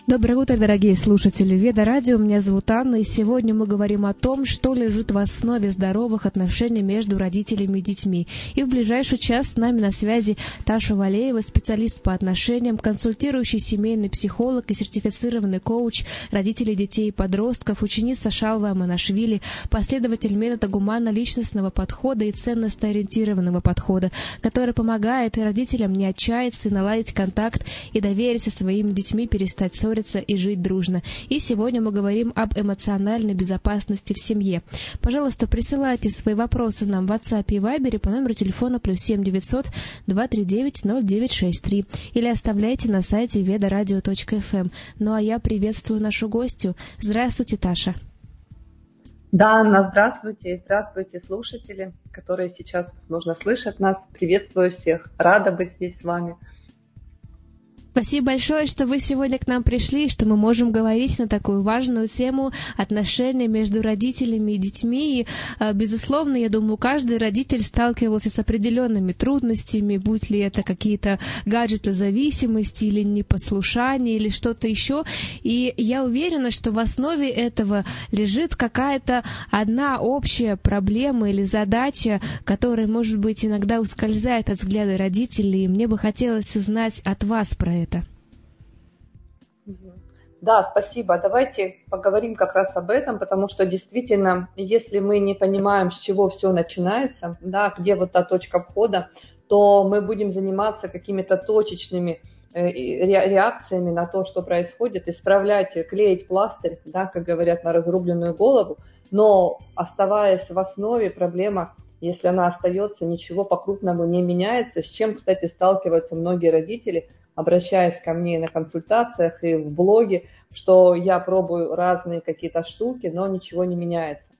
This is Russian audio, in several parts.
Доброе утро, дорогие слушатели Веда Радио. Меня зовут Анна, и сегодня мы говорим о том, что лежит в основе здоровых отношений между родителями и детьми. И в ближайший час с нами на связи Таша Валеева, специалист по отношениям, консультирующий семейный психолог и сертифицированный коуч родителей детей и подростков, ученица Шалвы Аманашвили, последователь метода гуманно-личностного подхода и ценностно-ориентированного подхода, который помогает и родителям не отчаяться и наладить контакт и доверие со своими детьми, перестать ссориться и жить дружно. И сегодня мы говорим об эмоциональной безопасности в семье. Пожалуйста, присылайте свои вопросы нам в WhatsApp и Viber по номеру телефона +7 900 239 0963 или оставляйте на сайте vedaradio.fm. Ну а я приветствую нашу гостью. Здравствуйте, Таша. Да, Анна, здравствуйте. И здравствуйте, слушатели, которые сейчас, возможно, слышат нас. Приветствую всех. Рада быть здесь с вами. Спасибо большое, что вы сегодня к нам пришли, что мы можем говорить на такую важную тему отношений между родителями и детьми. И, безусловно, я думаю, каждый родитель сталкивался с определенными трудностями, будь ли это какие-то гаджеты зависимости или непослушание, или что-то еще. И я уверена, что в основе этого лежит какая-то одна общая проблема или задача, которая, может быть, иногда ускользает от взгляда родителей. И мне бы хотелось узнать от вас про это. Да, спасибо. Давайте поговорим как раз об этом, потому что действительно, если мы не понимаем, с чего все начинается, да, где вот та точка входа, то мы будем заниматься какими-то точечными реакциями на то, что происходит, исправлять, клеить пластырь, да, как говорят, на разрубленную голову, но оставаясь в основе, проблема, если она остается, ничего по-крупному не меняется, с чем, кстати, сталкиваются многие родители, обращаясь ко мне на консультациях и в блоге, что я пробую разные какие-то штуки, но ничего не меняется.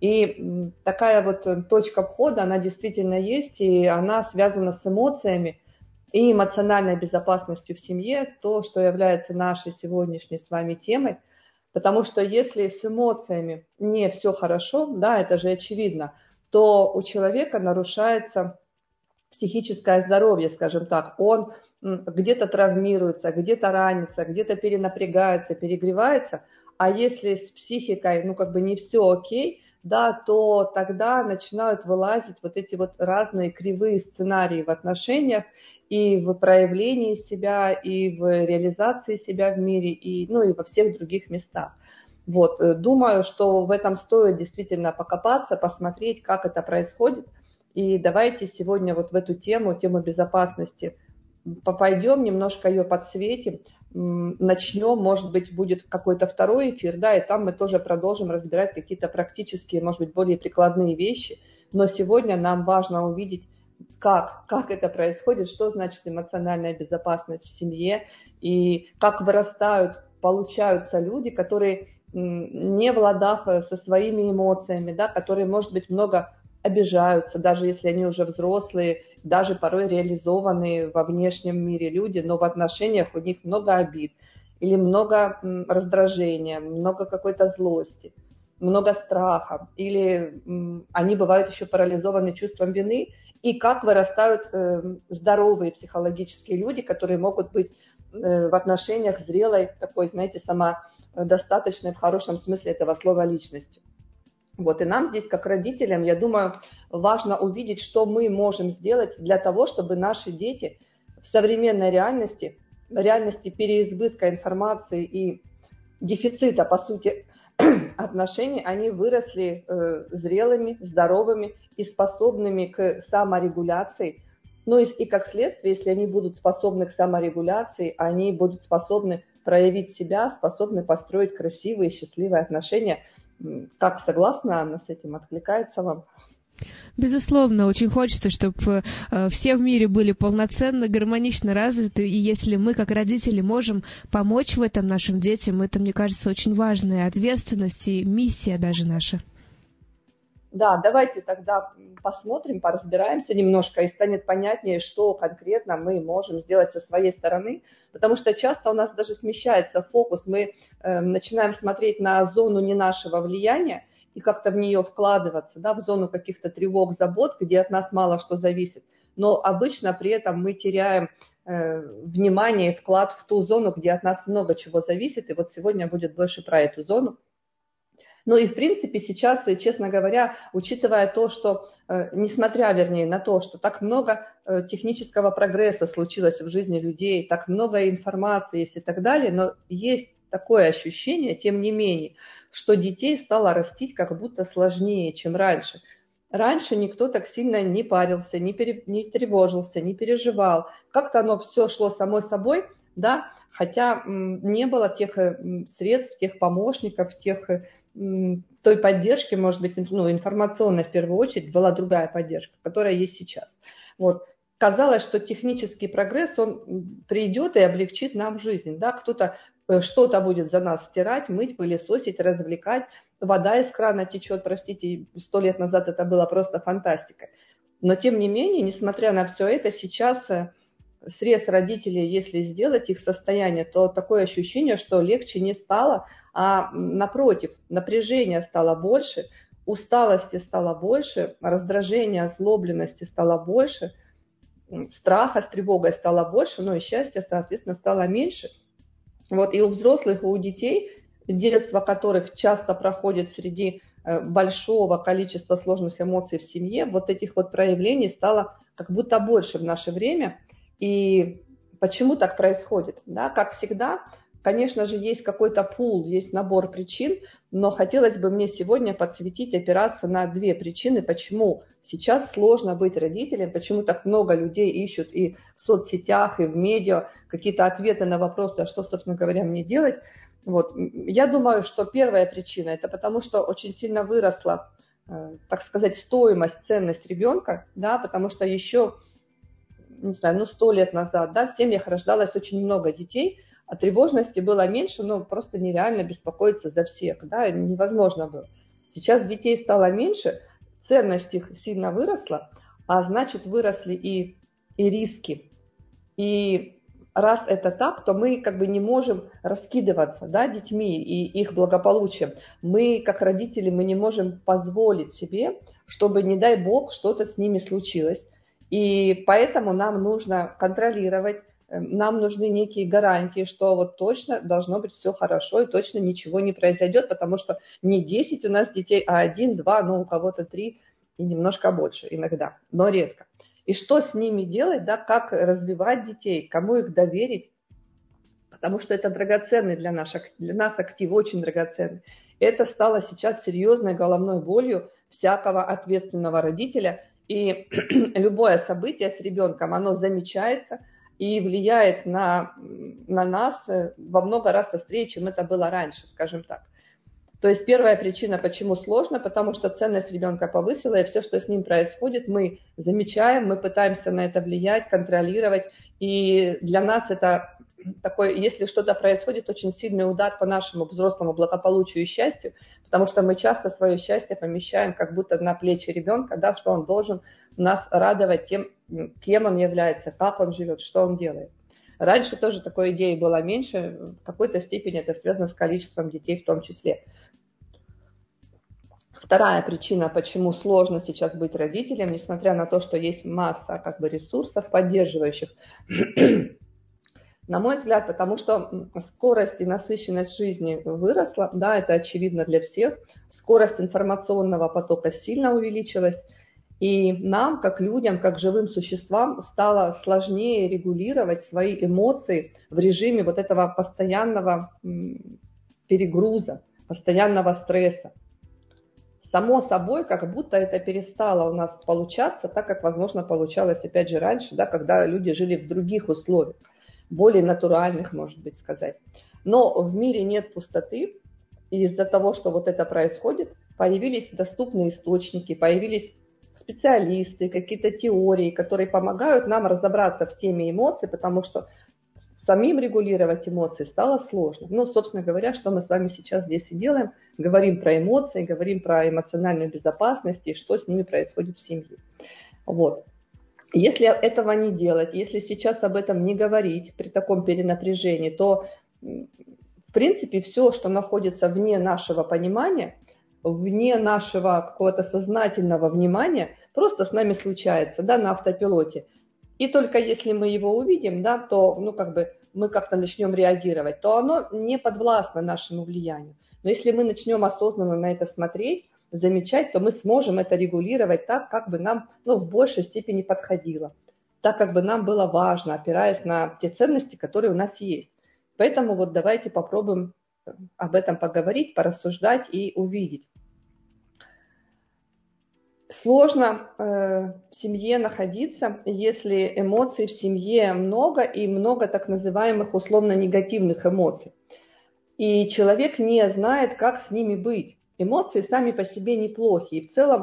И такая вот точка входа, она действительно есть, и она связана с эмоциями и эмоциональной безопасностью в семье, то, что является нашей сегодняшней с вами темой. Потому что если с эмоциями не все хорошо, да, это же очевидно, то у человека нарушается психическое здоровье, скажем так, он где-то травмируется, где-то ранится, где-то перенапрягается, перегревается, а если с психикой, не все окей, да, то тогда начинают вылазить вот эти вот разные кривые сценарии в отношениях и в проявлении себя, и в реализации себя в мире, и во всех других местах. Вот, думаю, что в этом стоит действительно покопаться, посмотреть, как это происходит, и давайте сегодня вот в эту тему безопасности пойдем, немножко ее подсветим, начнем, может быть, будет какой-то второй эфир, да, и там мы тоже продолжим разбирать какие-то практические, может быть, более прикладные вещи, но сегодня нам важно увидеть, как это происходит, что значит эмоциональная безопасность в семье, и как вырастают, получаются люди, которые не в ладах со своими эмоциями, да, которые, может быть, много обижаются, даже если они уже взрослые, даже порой реализованные во внешнем мире люди, но в отношениях у них много обид, или много раздражения, много какой-то злости, много страха, или они бывают еще парализованы чувством вины, и как вырастают здоровые психологические люди, которые могут быть в отношениях зрелой, такой, знаете, самодостаточной в хорошем смысле этого слова личностью. Вот, и нам здесь, как родителям, я думаю, важно увидеть, что мы можем сделать для того, чтобы наши дети в современной реальности переизбытка информации и дефицита, по сути, отношений, они выросли зрелыми, здоровыми и способными к саморегуляции. Ну и как следствие, если они будут способны к саморегуляции, они будут способны проявить себя, способны построить красивые, счастливые отношения. Так, согласна, Анна, с этим? Откликается вам? Безусловно, очень хочется, чтобы все в мире были полноценно, гармонично развиты, и если мы, как родители, можем помочь в этом нашим детям, это, мне кажется, очень важная ответственность и миссия даже наша. Да, давайте тогда посмотрим, поразбираемся немножко, и станет понятнее, что конкретно мы можем сделать со своей стороны, потому что часто у нас даже смещается фокус, мы начинаем смотреть на зону не нашего влияния и как-то в нее вкладываться, да, в зону каких-то тревог, забот, где от нас мало что зависит, но обычно при этом мы теряем внимание и вклад в ту зону, где от нас много чего зависит. И вот сегодня будет больше про эту зону. Ну и в принципе сейчас, честно говоря, учитывая то, что, несмотря, вернее, на то, что так много технического прогресса случилось в жизни людей, так много информации есть и так далее, но есть такое ощущение, тем не менее, что детей стало растить как будто сложнее, чем раньше. Раньше никто так сильно не парился, не тревожился, не переживал. Как-то оно все шло само собой, да, хотя не было тех средств, тех помощников, той поддержки, может быть, информационной в первую очередь, была другая поддержка, которая есть сейчас. Вот. Казалось, что технический прогресс, он придет и облегчит нам жизнь. Да? Кто-то что-то будет за нас стирать, мыть, пылесосить, развлекать. Вода из крана течет, простите, 100 лет назад это было просто фантастика. Но тем не менее, несмотря на все это, сейчас срез родителей, если сделать их состояние, то такое ощущение, что легче не стало, а напротив, напряжение стало больше, усталости стало больше, раздражения, озлобленности стало больше, страха с тревогой стало больше, но и счастья, соответственно, стало меньше. Вот и у взрослых, и у детей, детство которых часто проходит среди большого количества сложных эмоций в семье, вот этих вот проявлений стало как будто больше в наше время. И почему так происходит? Да, как всегда, конечно же, есть какой-то пул, есть набор причин, но хотелось бы мне сегодня подсветить, опираться на две причины, почему сейчас сложно быть родителем, почему так много людей ищут и в соцсетях, и в медиа какие-то ответы на вопросы, а что, собственно говоря, мне делать. Вот. Я думаю, что первая причина – это потому, что очень сильно выросла, так сказать, стоимость, ценность ребенка, да, потому что еще, не знаю, 100 лет назад, да, в семьях рождалось очень много детей, а тревожности было меньше, но просто нереально беспокоиться за всех, да, невозможно было. Сейчас детей стало меньше, ценность их сильно выросла, а значит, выросли и риски. И раз это так, то мы как бы не можем раскидываться, да, детьми и их благополучием. Мы, как родители, мы не можем позволить себе, чтобы, не дай бог, что-то с ними случилось. И поэтому нам нужно контролировать, нам нужны некие гарантии, что вот точно должно быть все хорошо и точно ничего не произойдет, потому что не 10 у нас детей, а 1, 2, ну у кого-то 3 и немножко больше иногда, но редко. И что с ними делать, да, как развивать детей, кому их доверить, потому что это драгоценный для нас актив, очень драгоценный. Это стало сейчас серьезной головной болью всякого ответственного родителя, и любое событие с ребенком, оно замечается и влияет на нас во много раз острее, чем это было раньше, скажем так. То есть первая причина, почему сложно, потому что ценность ребенка повысила, и все, что с ним происходит, мы замечаем, мы пытаемся на это влиять, контролировать. И для нас это такой, если что-то происходит, очень сильный удар по нашему взрослому благополучию и счастью, потому что мы часто свое счастье помещаем как будто на плечи ребенка, да, что он должен нас радовать тем, кем он является, как он живет, что он делает. Раньше тоже такой идеи было меньше, в какой-то степени это связано с количеством детей в том числе. Вторая причина, почему сложно сейчас быть родителем, несмотря на то, что есть масса как бы ресурсов, поддерживающих, на мой взгляд, потому что скорость и насыщенность жизни выросла, да, это очевидно для всех, скорость информационного потока сильно увеличилась, и нам, как людям, как живым существам, стало сложнее регулировать свои эмоции в режиме вот этого постоянного перегруза, постоянного стресса. Само собой, как будто это перестало у нас получаться, так как, возможно, получалось, опять же, раньше, да, когда люди жили в других условиях, более натуральных, может быть, сказать. Но в мире нет пустоты, и из-за того, что вот это происходит, появились доступные источники, появились специалисты, какие-то теории, которые помогают нам разобраться в теме эмоций, потому что самим регулировать эмоции стало сложно. Ну, собственно говоря, что мы с вами сейчас здесь и делаем. Говорим про эмоции, говорим про эмоциональную безопасность и что с ними происходит в семье. Вот. Если этого не делать, если сейчас об этом не говорить при таком перенапряжении, то, в принципе, все, что находится вне нашего понимания, вне нашего какого-то сознательного внимания, просто с нами случается, да, на автопилоте. И только если мы его увидим, да, то, ну, как бы мы как-то начнем реагировать, то оно не подвластно нашему влиянию. Но если мы начнем осознанно на это смотреть, замечать, то мы сможем это регулировать так, как бы нам, ну, в большей степени подходило, так, как бы нам было важно, опираясь на те ценности, которые у нас есть. Поэтому вот давайте попробуем об этом поговорить, порассуждать и увидеть. Сложно в семье находиться, если эмоций в семье много и много так называемых условно негативных эмоций. И человек не знает, как с ними быть. Эмоции сами по себе неплохи. И в целом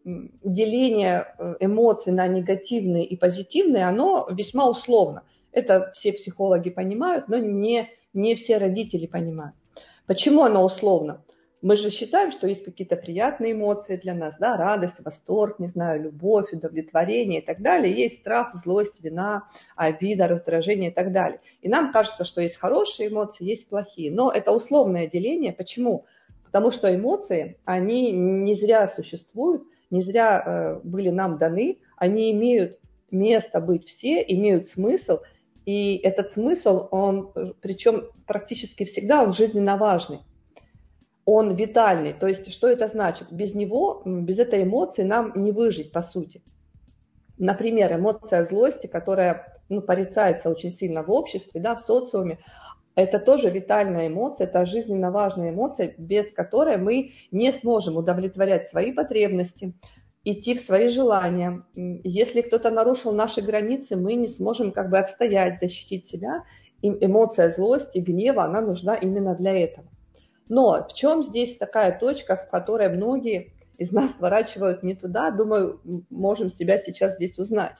деление эмоций на негативные и позитивные, оно весьма условно. Это все психологи понимают, но не все родители понимают. Почему оно условно? Мы же считаем, что есть какие-то приятные эмоции для нас, да, радость, восторг, не знаю, любовь, удовлетворение и так далее. Есть страх, злость, вина, обида, раздражение и так далее. И нам кажется, что есть хорошие эмоции, есть плохие. Но это условное деление. Почему? Потому что эмоции, они не зря существуют, не зря были нам даны, они имеют место быть все, имеют смысл. И этот смысл, он, причем практически всегда, он жизненно важный. Он витальный. То есть, что это значит? Без него, без этой эмоции нам не выжить, по сути. Например, эмоция злости, которая порицается очень сильно в обществе, да, в социуме, это тоже витальная эмоция, это жизненно важная эмоция, без которой мы не сможем удовлетворять свои потребности, идти в свои желания. Если кто-то нарушил наши границы, мы не сможем как бы отстоять, защитить себя. И эмоция злости, гнева, она нужна именно для этого. Но в чем здесь такая точка, в которой многие из нас сворачивают не туда, думаю, можем себя сейчас здесь узнать.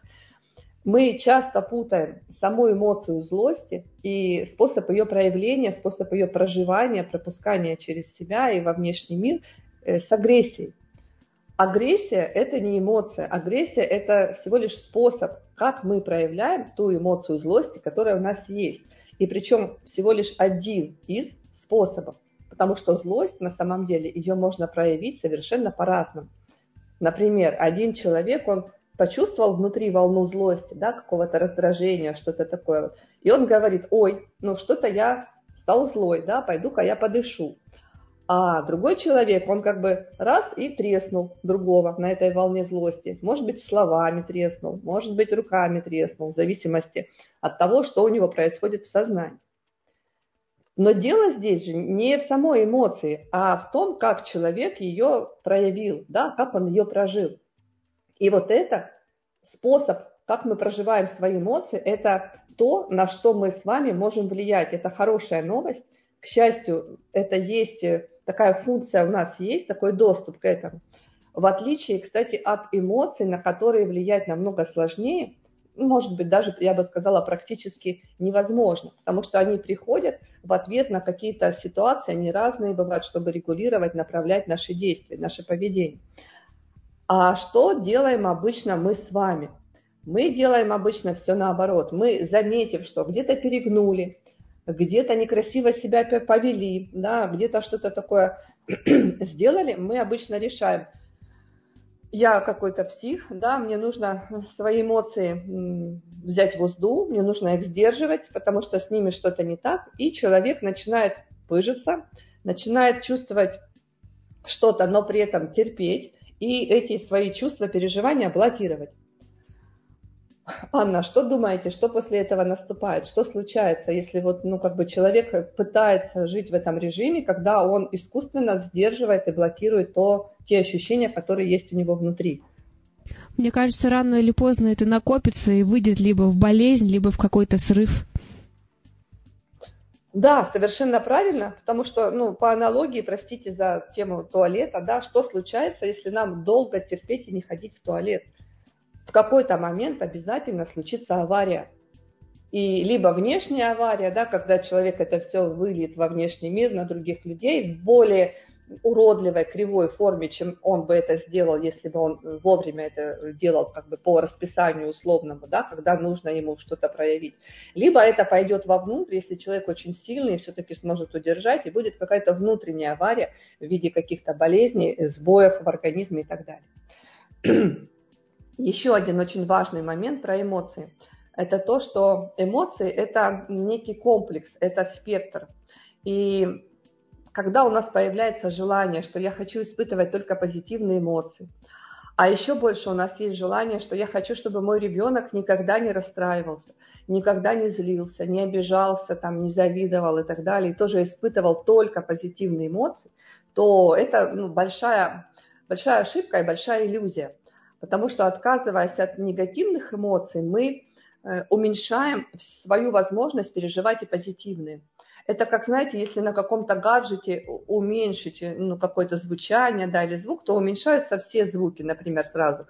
Мы часто путаем саму эмоцию злости и способ ее проявления, способ ее проживания, пропускания через себя и во внешний мир с агрессией. Агрессия – это не эмоция. Агрессия – это всего лишь способ, как мы проявляем ту эмоцию злости, которая у нас есть. И причем всего лишь один из способов. Потому что злость, на самом деле, ее можно проявить совершенно по-разному. Например, один человек, он почувствовал внутри волну злости, да, какого-то раздражения, что-то такое. И он говорит: ой, ну что-то я стал злой, да, пойду-ка я подышу. А другой человек, он как бы раз и треснул другого на этой волне злости. Может быть, словами треснул, может быть, руками треснул, в зависимости от того, что у него происходит в сознании. Но дело здесь же не в самой эмоции, а в том, как человек ее проявил, да, как он ее прожил. И вот это способ, как мы проживаем свои эмоции, это то, на что мы с вами можем влиять. Это хорошая новость. К счастью, это есть, такая функция у нас есть, такой доступ к этому. В отличие, кстати, от эмоций, на которые влиять намного сложнее, может быть, даже, я бы сказала, практически невозможно, потому что они приходят в ответ на какие-то ситуации, они разные бывают, чтобы регулировать, направлять наши действия, наше поведение. А что делаем обычно мы с вами? Мы делаем обычно все наоборот. Мы, заметив, что где-то перегнули, где-то некрасиво себя повели, да, где-то что-то такое сделали, мы обычно решаем: я какой-то псих, да, мне нужно свои эмоции взять в узду, мне нужно их сдерживать, потому что с ними что-то не так, и человек начинает пыжиться, начинает чувствовать что-то, но при этом терпеть, и эти свои чувства, переживания блокировать. Анна, что думаете, что после этого наступает? Что случается, если вот, человек пытается жить в этом режиме, когда он искусственно сдерживает и блокирует те ощущения, которые есть у него внутри? Мне кажется, рано или поздно это накопится и выйдет либо в болезнь, либо в какой-то срыв. Да, совершенно правильно, потому что, по аналогии, простите за тему туалета, да, что случается, если нам долго терпеть и не ходить в туалет? В какой-то момент обязательно случится авария. И либо внешняя авария, да, когда человек это все выльет во внешний мир, на других людей, в более уродливой, кривой форме, чем он бы это сделал, если бы он вовремя это делал как бы по расписанию условному, да, когда нужно ему что-то проявить. Либо это пойдет вовнутрь, если человек очень сильный и все-таки сможет удержать, и будет какая-то внутренняя авария в виде каких-то болезней, сбоев в организме и так далее. Еще один очень важный момент про эмоции. Это то, что эмоции – это некий комплекс, это спектр. И когда у нас появляется желание, что я хочу испытывать только позитивные эмоции, а еще больше у нас есть желание, что я хочу, чтобы мой ребенок никогда не расстраивался, никогда не злился, не обижался, там, не завидовал и так далее, и тоже испытывал только позитивные эмоции, то это большая ошибка и большая иллюзия. Потому что, отказываясь от негативных эмоций, мы уменьшаем свою возможность переживать и позитивные. Это как, знаете, если на каком-то гаджете уменьшить какое-то звучание, да, или звук, то уменьшаются все звуки, например, сразу.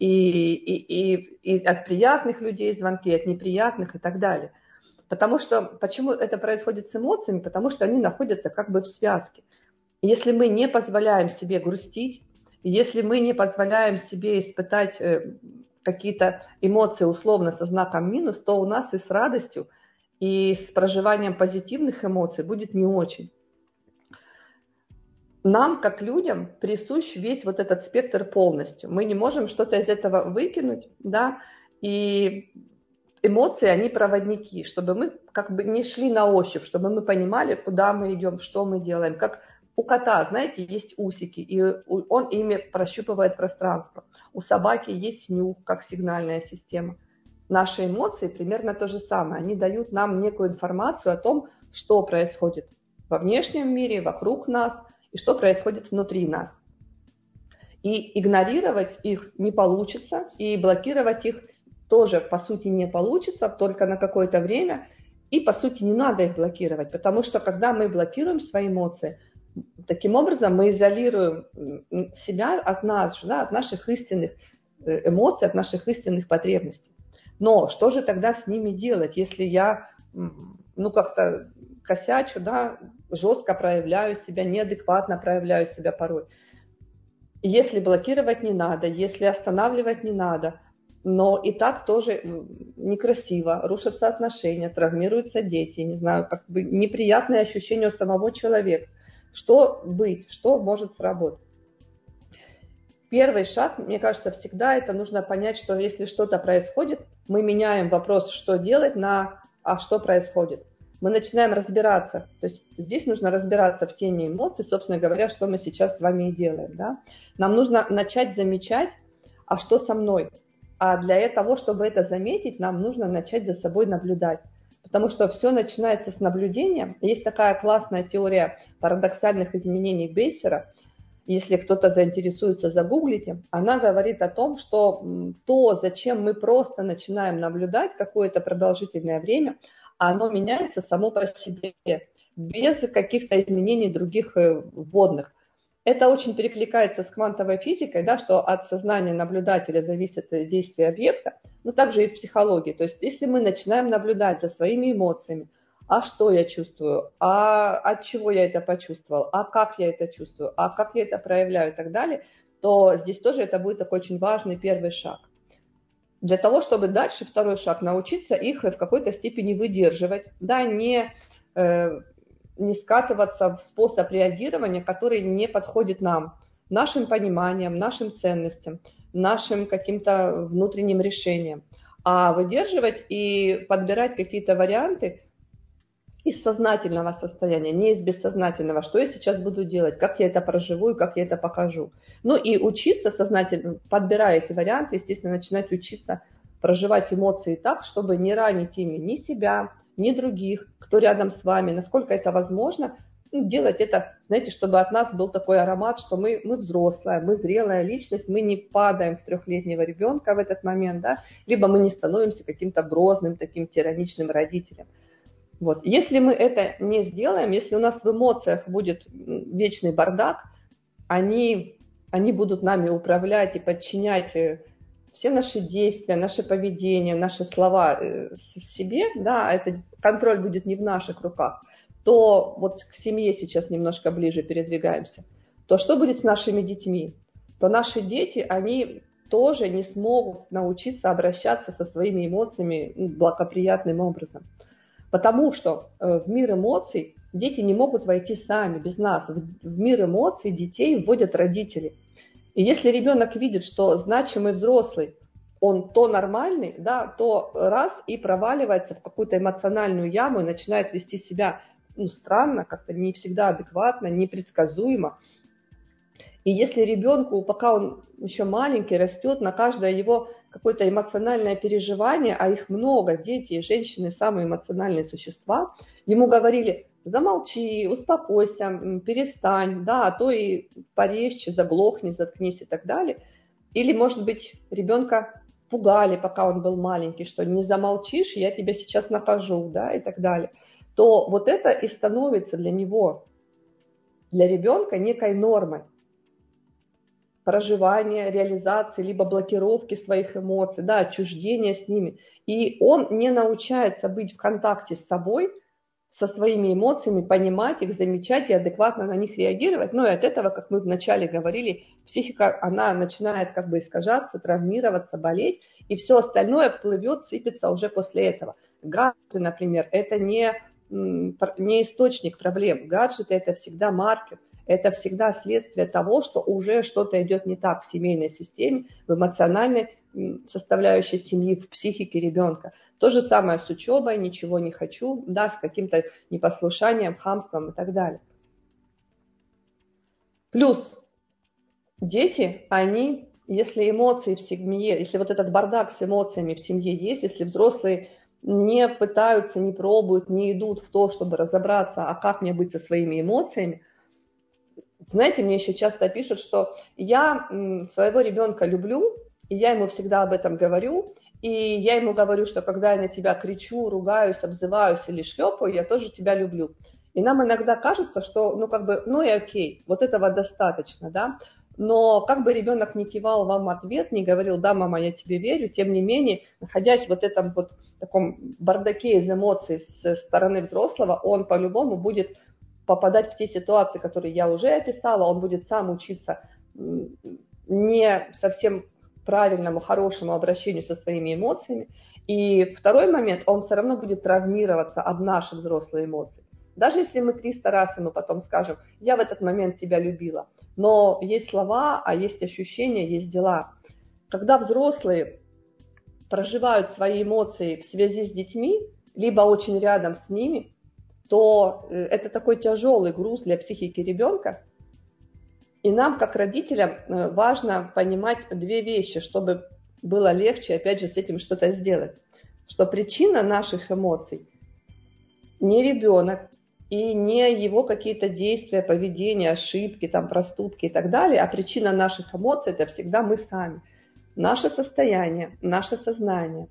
И от приятных людей звонки, от неприятных и так далее. Почему это происходит с эмоциями? Потому что они находятся как бы в связке. Если мы не позволяем себе грустить, если мы не позволяем себе испытать какие-то эмоции условно со знаком минус, то у нас и с радостью, и с проживанием позитивных эмоций будет не очень. Нам, как людям, присущ весь вот этот спектр полностью. Мы не можем что-то из этого выкинуть, да, и эмоции, они проводники, чтобы мы как бы не шли на ощупь, чтобы мы понимали, куда мы идем, что мы делаем. Как у кота, знаете, есть усики, и он ими прощупывает пространство. У собаки есть нюх, как сигнальная система. Наши эмоции примерно то же самое. Они дают нам некую информацию о том, что происходит во внешнем мире, вокруг нас, и что происходит внутри нас. И игнорировать их не получится, и блокировать их тоже, по сути, не получится, только на какое-то время. И, по сути, не надо их блокировать, потому что, когда мы блокируем свои эмоции, таким образом мы изолируем себя от нас, да, от наших истинных эмоций, от наших истинных потребностей. Но что же тогда с ними делать, если я как-то косячу, да, жестко проявляю себя, неадекватно проявляю себя порой? Если блокировать не надо, если останавливать не надо, но и так тоже некрасиво, рушатся отношения, травмируются дети, не знаю, как бы неприятные ощущения у самого человека. Что быть, что может сработать? Первый шаг, мне кажется, всегда это нужно понять, что если что-то происходит, мы меняем вопрос, что делать, на «а что происходит?». Мы начинаем разбираться, то есть здесь нужно разбираться в теме эмоций, собственно говоря, что мы сейчас с вами и делаем. Да? Нам нужно начать замечать, а что со мной? А для того, чтобы это заметить, нам нужно начать за собой наблюдать. Потому что все начинается с наблюдения. Есть такая классная теория парадоксальных изменений Бейсера. Если кто-то заинтересуется, загуглите. Она говорит о том, что то, зачем мы просто начинаем наблюдать какое-то продолжительное время, оно меняется само по себе, без каких-то изменений других вводных. Это очень перекликается с квантовой физикой, да, что от сознания наблюдателя зависит действие объекта, но также и в психологии. То есть если мы начинаем наблюдать за своими эмоциями, а что я чувствую, а от чего я это почувствовал, а как я это чувствую, а как я это проявляю и так далее, то здесь тоже это будет такой очень важный первый шаг. Для того, чтобы дальше, второй шаг, научиться их в какой-то степени выдерживать, да, не скатываться в способ реагирования, который не подходит нам, нашим пониманиям, нашим ценностям, нашим каким-то внутренним решениям, а выдерживать и подбирать какие-то варианты из сознательного состояния, не из бессознательного, что я сейчас буду делать, как я это проживу и как я это покажу. Ну и учиться сознательно, подбирая эти варианты, естественно, начинать учиться проживать эмоции так, чтобы не ранить ими ни себя, ни других, кто рядом с вами, насколько это возможно, делать это, знаете, чтобы от нас был такой аромат, что мы взрослая, мы зрелая личность, мы не падаем в 3-летнего ребенка в этот момент, да, либо мы не становимся каким-то грозным, таким тираничным родителем. Вот. Если мы это не сделаем, если у нас в эмоциях будет вечный бардак, они будут нами управлять и подчинять все наши действия, наше поведение, наши слова себе, да, это контроль будет не в наших руках, то вот к семье сейчас немножко ближе передвигаемся, то что будет с нашими детьми? То наши дети, они тоже не смогут научиться обращаться со своими эмоциями благоприятным образом. Потому что в мир эмоций дети не могут войти сами, без нас. В мир эмоций детей вводят родители. И если ребенок видит, что значимый взрослый он то нормальный, да, то раз и проваливается в какую-то эмоциональную яму и начинает вести себя странно, как-то не всегда адекватно, непредсказуемо. И если ребенку, пока он еще маленький, растет, на каждое его какое-то эмоциональное переживание, а их много, дети и женщины самые эмоциональные существа, ему говорили: замолчи, успокойся, перестань, да, а то и порезче, заглохни, заткнись и так далее. Или, может быть, ребенка пугали, пока он был маленький, что не замолчишь, я тебя сейчас накажу, да, и так далее. То вот это и становится для него, для ребенка некой нормой проживания, реализации, либо блокировки своих эмоций, да, отчуждения с ними. И он не научается быть в контакте с собой, со своими эмоциями, понимать их, замечать и адекватно на них реагировать. Но и от этого, как мы вначале говорили, психика, она начинает как бы искажаться, травмироваться, болеть, и все остальное плывет, сыпется уже после этого. Гаджеты, например, это не источник проблем. Гаджеты – это всегда маркер. Это всегда следствие того, что уже что-то идет не так в семейной системе, в эмоциональной составляющей семьи, в психике ребенка. То же самое с учебой, ничего не хочу, да, с каким-то непослушанием, хамством и так далее. Плюс дети, они, если эмоции в семье, если вот этот бардак с эмоциями в семье есть, если взрослые не пытаются, не пробуют, не идут в то, чтобы разобраться, а как мне быть со своими эмоциями. Знаете, мне еще часто пишут, что я своего ребенка люблю, и я ему всегда об этом говорю, и я ему говорю, что когда я на тебя кричу, ругаюсь, обзываюсь или шлепаю, я тоже тебя люблю. И нам иногда кажется, что, и окей, вот этого достаточно, да. Но как бы ребенок не кивал вам в ответ, не говорил: да, мама, я тебе верю, тем не менее, находясь в вот этом вот таком бардаке из эмоций со стороны взрослого, он по-любому будет попадать в те ситуации, которые я уже описала, он будет сам учиться не совсем правильному, хорошему обращению со своими эмоциями. И второй момент, он все равно будет травмироваться об наши взрослые эмоции. Даже если мы 300 раз ему потом скажем: я в этот момент тебя любила. Но есть слова, а есть ощущения, есть дела. Когда взрослые проживают свои эмоции в связи с детьми, либо очень рядом с ними, то это такой тяжелый груз для психики ребенка. И нам, как родителям, важно понимать две вещи, чтобы было легче, опять же, с этим что-то сделать. Что причина наших эмоций не ребенок и не его какие-то действия, поведение, ошибки, там, проступки и так далее, а причина наших эмоций – это всегда мы сами. Наше состояние, наше сознание.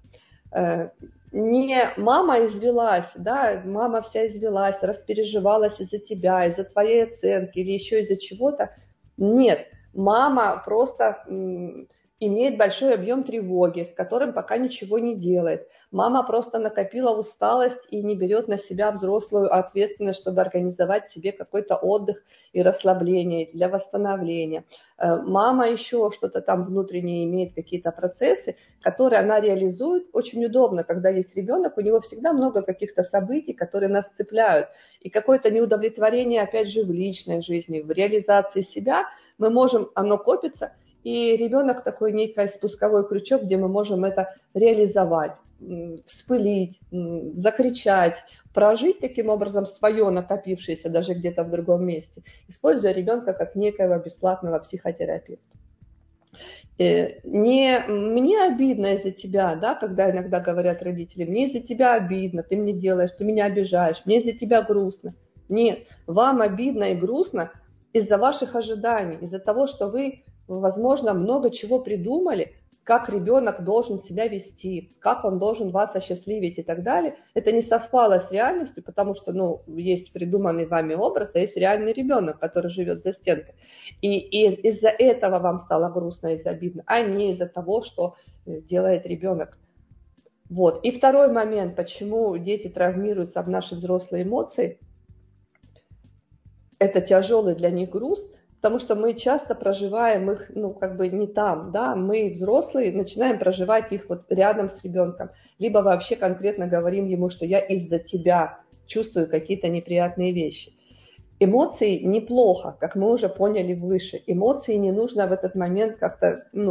Не мама извелась, да, мама вся извелась, распереживалась из-за тебя, из-за твоей оценки или еще из-за чего-то. Нет, мама просто имеет большой объем тревоги, с которым пока ничего не делает. Мама просто накопила усталость и не берет на себя взрослую ответственность, чтобы организовать себе какой-то отдых и расслабление для восстановления. Мама еще что-то там внутреннее имеет, какие-то процессы, которые она реализует. Очень удобно, когда есть ребенок, у него всегда много каких-то событий, которые нас цепляют. И какое-то неудовлетворение, опять же, в личной жизни, в реализации себя, мы можем, оно копится, и ребенок такой некий спусковой крючок, где мы можем это реализовать, вспылить, закричать, прожить таким образом свое накопившееся даже где-то в другом месте, используя ребенка как некого бесплатного психотерапевта. Мне обидно из-за тебя, да, когда иногда говорят родители: мне из-за тебя обидно, ты мне делаешь, ты меня обижаешь, мне из-за тебя грустно. Нет, вам обидно и грустно из-за ваших ожиданий, из-за того, что вы, возможно, много чего придумали, как ребенок должен себя вести, как он должен вас осчастливить и так далее. Это не совпало с реальностью, потому что, есть придуманный вами образ, а есть реальный ребенок, который живет за стенкой. И из-за этого вам стало грустно и обидно, а не из-за того, что делает ребенок. Вот. И второй момент, почему дети травмируются об наши взрослые эмоции, это тяжелый для них груз, потому что мы часто проживаем их, не там, да, мы, взрослые, начинаем проживать их вот рядом с ребенком, либо вообще конкретно говорим ему, что я из-за тебя чувствую какие-то неприятные вещи. Эмоции неплохо, как мы уже поняли выше, эмоции не нужно в этот момент как-то,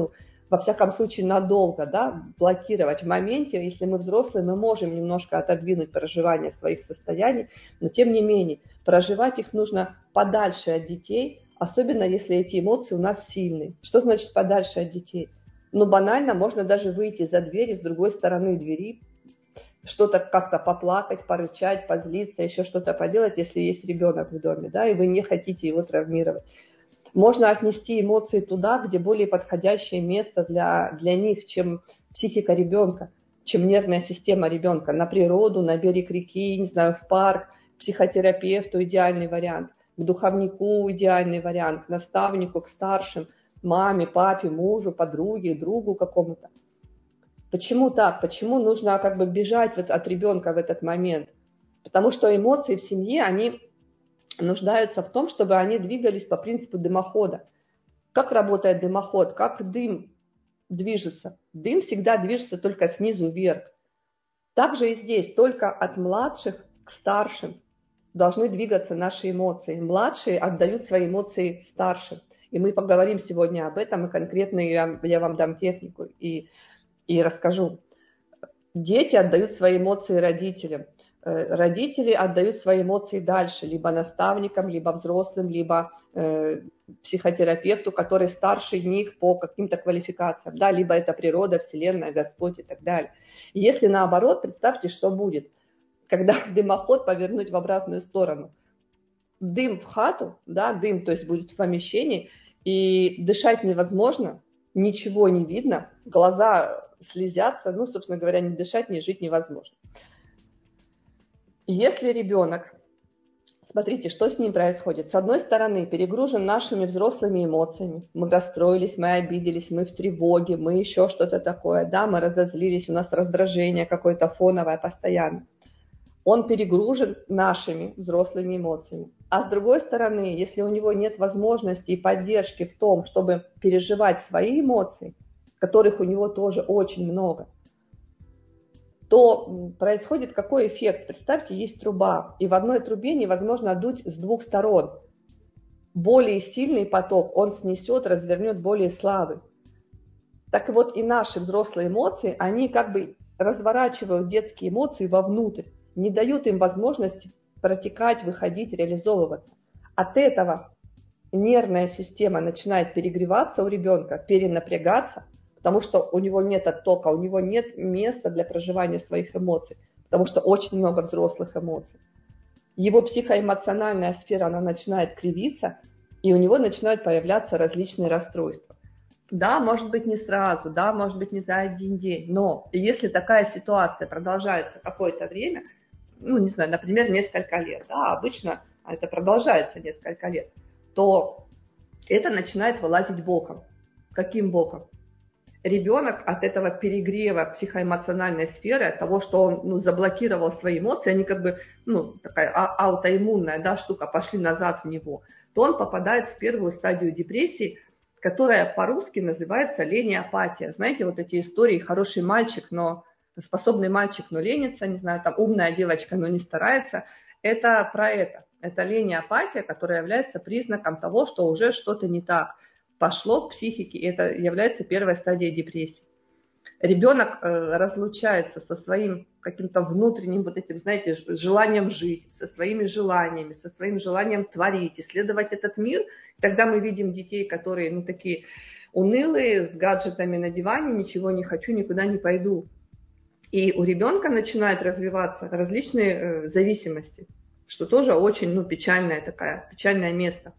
во всяком случае надолго, да, блокировать. В моменте, если мы взрослые, мы можем немножко отодвинуть проживание своих состояний, но тем не менее проживать их нужно подальше от детей, особенно если эти эмоции у нас сильные. Что значит подальше от детей? Ну, банально, можно даже выйти за дверь, с другой стороны двери, что-то как-то поплакать, порычать, позлиться, еще что-то поделать, если есть ребенок в доме, да, и вы не хотите его травмировать. Можно отнести эмоции туда, где более подходящее место для них, чем психика ребенка, чем нервная система ребенка. На природу, на берег реки, не знаю, в парк, к психотерапевту идеальный вариант, к духовнику идеальный вариант, к наставнику, к старшим, маме, папе, мужу, подруге, другу какому-то. Почему так? Почему нужно как бы бежать от ребенка в этот момент? Потому что эмоции в семье, они нуждаются в том, чтобы они двигались по принципу дымохода. Как работает дымоход? Как дым движется? Дым всегда движется только снизу вверх. Также и здесь, только от младших к старшим должны двигаться наши эмоции. Младшие отдают свои эмоции старшим. И мы поговорим сегодня об этом, и конкретно я вам дам технику и расскажу. Дети отдают свои эмоции родителям. Родители отдают свои эмоции дальше, либо наставникам, либо взрослым, либо психотерапевту, который старше них по каким-то квалификациям, да, либо это природа, Вселенная, Господь и так далее. И если наоборот, представьте, что будет, когда дымоход повернуть в обратную сторону. Дым в хату, да, дым, то есть будет в помещении, и дышать невозможно, ничего не видно, глаза слезятся, ну, собственно говоря, не дышать, не жить невозможно. Если ребенок, смотрите, что с ним происходит. С одной стороны, перегружен нашими взрослыми эмоциями. Мы расстроились, мы обиделись, мы в тревоге, мы еще что-то такое. Да, мы разозлились, у нас раздражение какое-то фоновое постоянно. Он перегружен нашими взрослыми эмоциями. А с другой стороны, если у него нет возможности и поддержки в том, чтобы переживать свои эмоции, которых у него тоже очень много, то происходит какой эффект? Представьте, есть труба, и в одной трубе невозможно дуть с двух сторон. Более сильный поток он снесет, развернет более слабый. Так вот и наши взрослые эмоции, они как бы разворачивают детские эмоции вовнутрь, не дают им возможности протекать, выходить, реализовываться. От этого нервная система начинает перегреваться у ребенка, перенапрягаться, потому что у него нет оттока, у него нет места для проживания своих эмоций, потому что очень много взрослых эмоций. Его психоэмоциональная сфера, она начинает кривиться, и у него начинают появляться различные расстройства. Да, может быть, не сразу, да, может быть, не за один день, но если такая ситуация продолжается какое-то время, ну, не знаю, например, несколько лет, да, обычно это продолжается несколько лет, то это начинает вылазить боком. Каким боком? Ребенок от этого перегрева психоэмоциональной сферы, от того, что он заблокировал свои эмоции, они как бы, такая аутоиммунная, да, штука, пошли назад в него, то он попадает в первую стадию депрессии, которая по-русски называется лень и апатия. Знаете, вот эти истории «хороший мальчик, но способный мальчик, но ленится», не знаю, там «умная девочка, но не старается», это про это. Это лень и апатия, которая является признаком того, что уже что-то не так пошло в психике, и это является первой стадией депрессии. Ребенок разлучается со своим каким-то внутренним вот этим, знаете, желанием жить, со своими желаниями, со своим желанием творить, исследовать этот мир. Тогда мы видим детей, которые, такие унылые, с гаджетами на диване, ничего не хочу, никуда не пойду. И у ребенка начинают развиваться различные зависимости, что тоже очень, печальное место.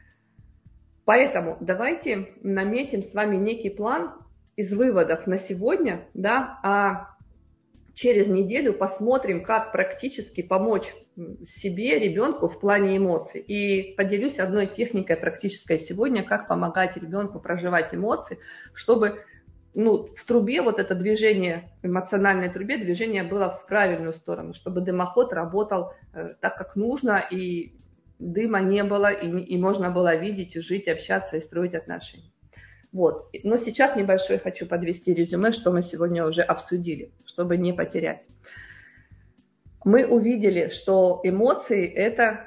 Поэтому давайте наметим с вами некий план из выводов на сегодня, да, а через неделю посмотрим, как практически помочь себе, ребенку в плане эмоций. И поделюсь одной техникой практической сегодня, как помогать ребенку проживать эмоции, чтобы в трубе вот это движение, эмоциональной трубе, движение было в правильную сторону, чтобы дымоход работал так, как нужно, и дыма не было, и можно было видеть, жить, общаться и строить отношения. Вот. Но сейчас небольшое хочу подвести резюме, что мы сегодня уже обсудили, чтобы не потерять. Мы увидели, что эмоции – это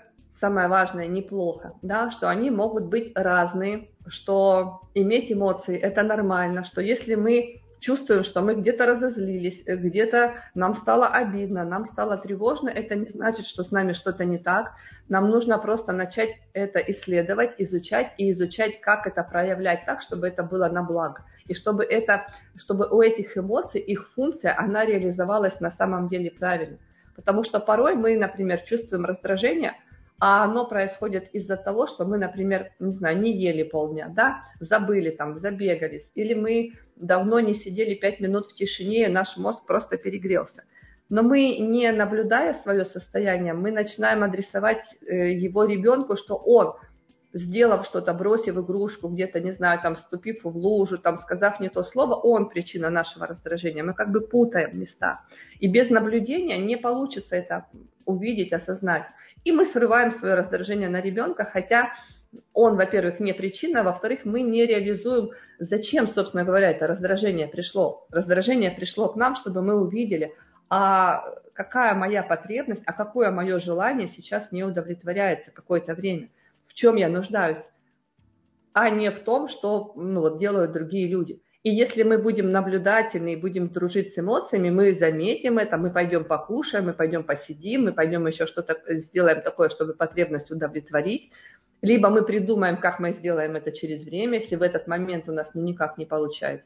самое важное, неплохо, да, что они могут быть разные, что иметь эмоции – это нормально, что если мы чувствуем, что мы где-то разозлились, где-то нам стало обидно, нам стало тревожно, это не значит, что с нами что-то не так. Нам нужно просто начать это исследовать, изучать и изучать, как это проявлять так, чтобы это было на благо. И чтобы у этих эмоций, их функция, она реализовалась на самом деле правильно. Потому что порой мы, например, чувствуем раздражение, а оно происходит из-за того, что мы, например, не ели полдня, да, забыли там, забегались, или мы давно не сидели 5 минут в тишине, и наш мозг просто перегрелся. Но мы, не наблюдая свое состояние, мы начинаем адресовать его ребенку, что он, сделав что-то, бросив игрушку, где-то, там, ступив в лужу, там, сказав не то слово, он причина нашего раздражения. Мы как бы путаем места. И без наблюдения не получится это увидеть, осознать. И мы срываем свое раздражение на ребенка, хотя он, во-первых, не причина, а во-вторых, мы не реализуем, зачем, собственно говоря, это раздражение пришло. Раздражение пришло к нам, чтобы мы увидели, а какая моя потребность, а какое мое желание сейчас не удовлетворяется какое-то время, в чем я нуждаюсь, а не в том, что делают другие люди. И если мы будем наблюдательны и будем дружить с эмоциями, мы заметим это, мы пойдем покушаем, мы пойдем посидим, мы пойдем еще что-то сделаем такое, чтобы потребность удовлетворить. Либо мы придумаем, как мы сделаем это через время, если в этот момент у нас никак не получается.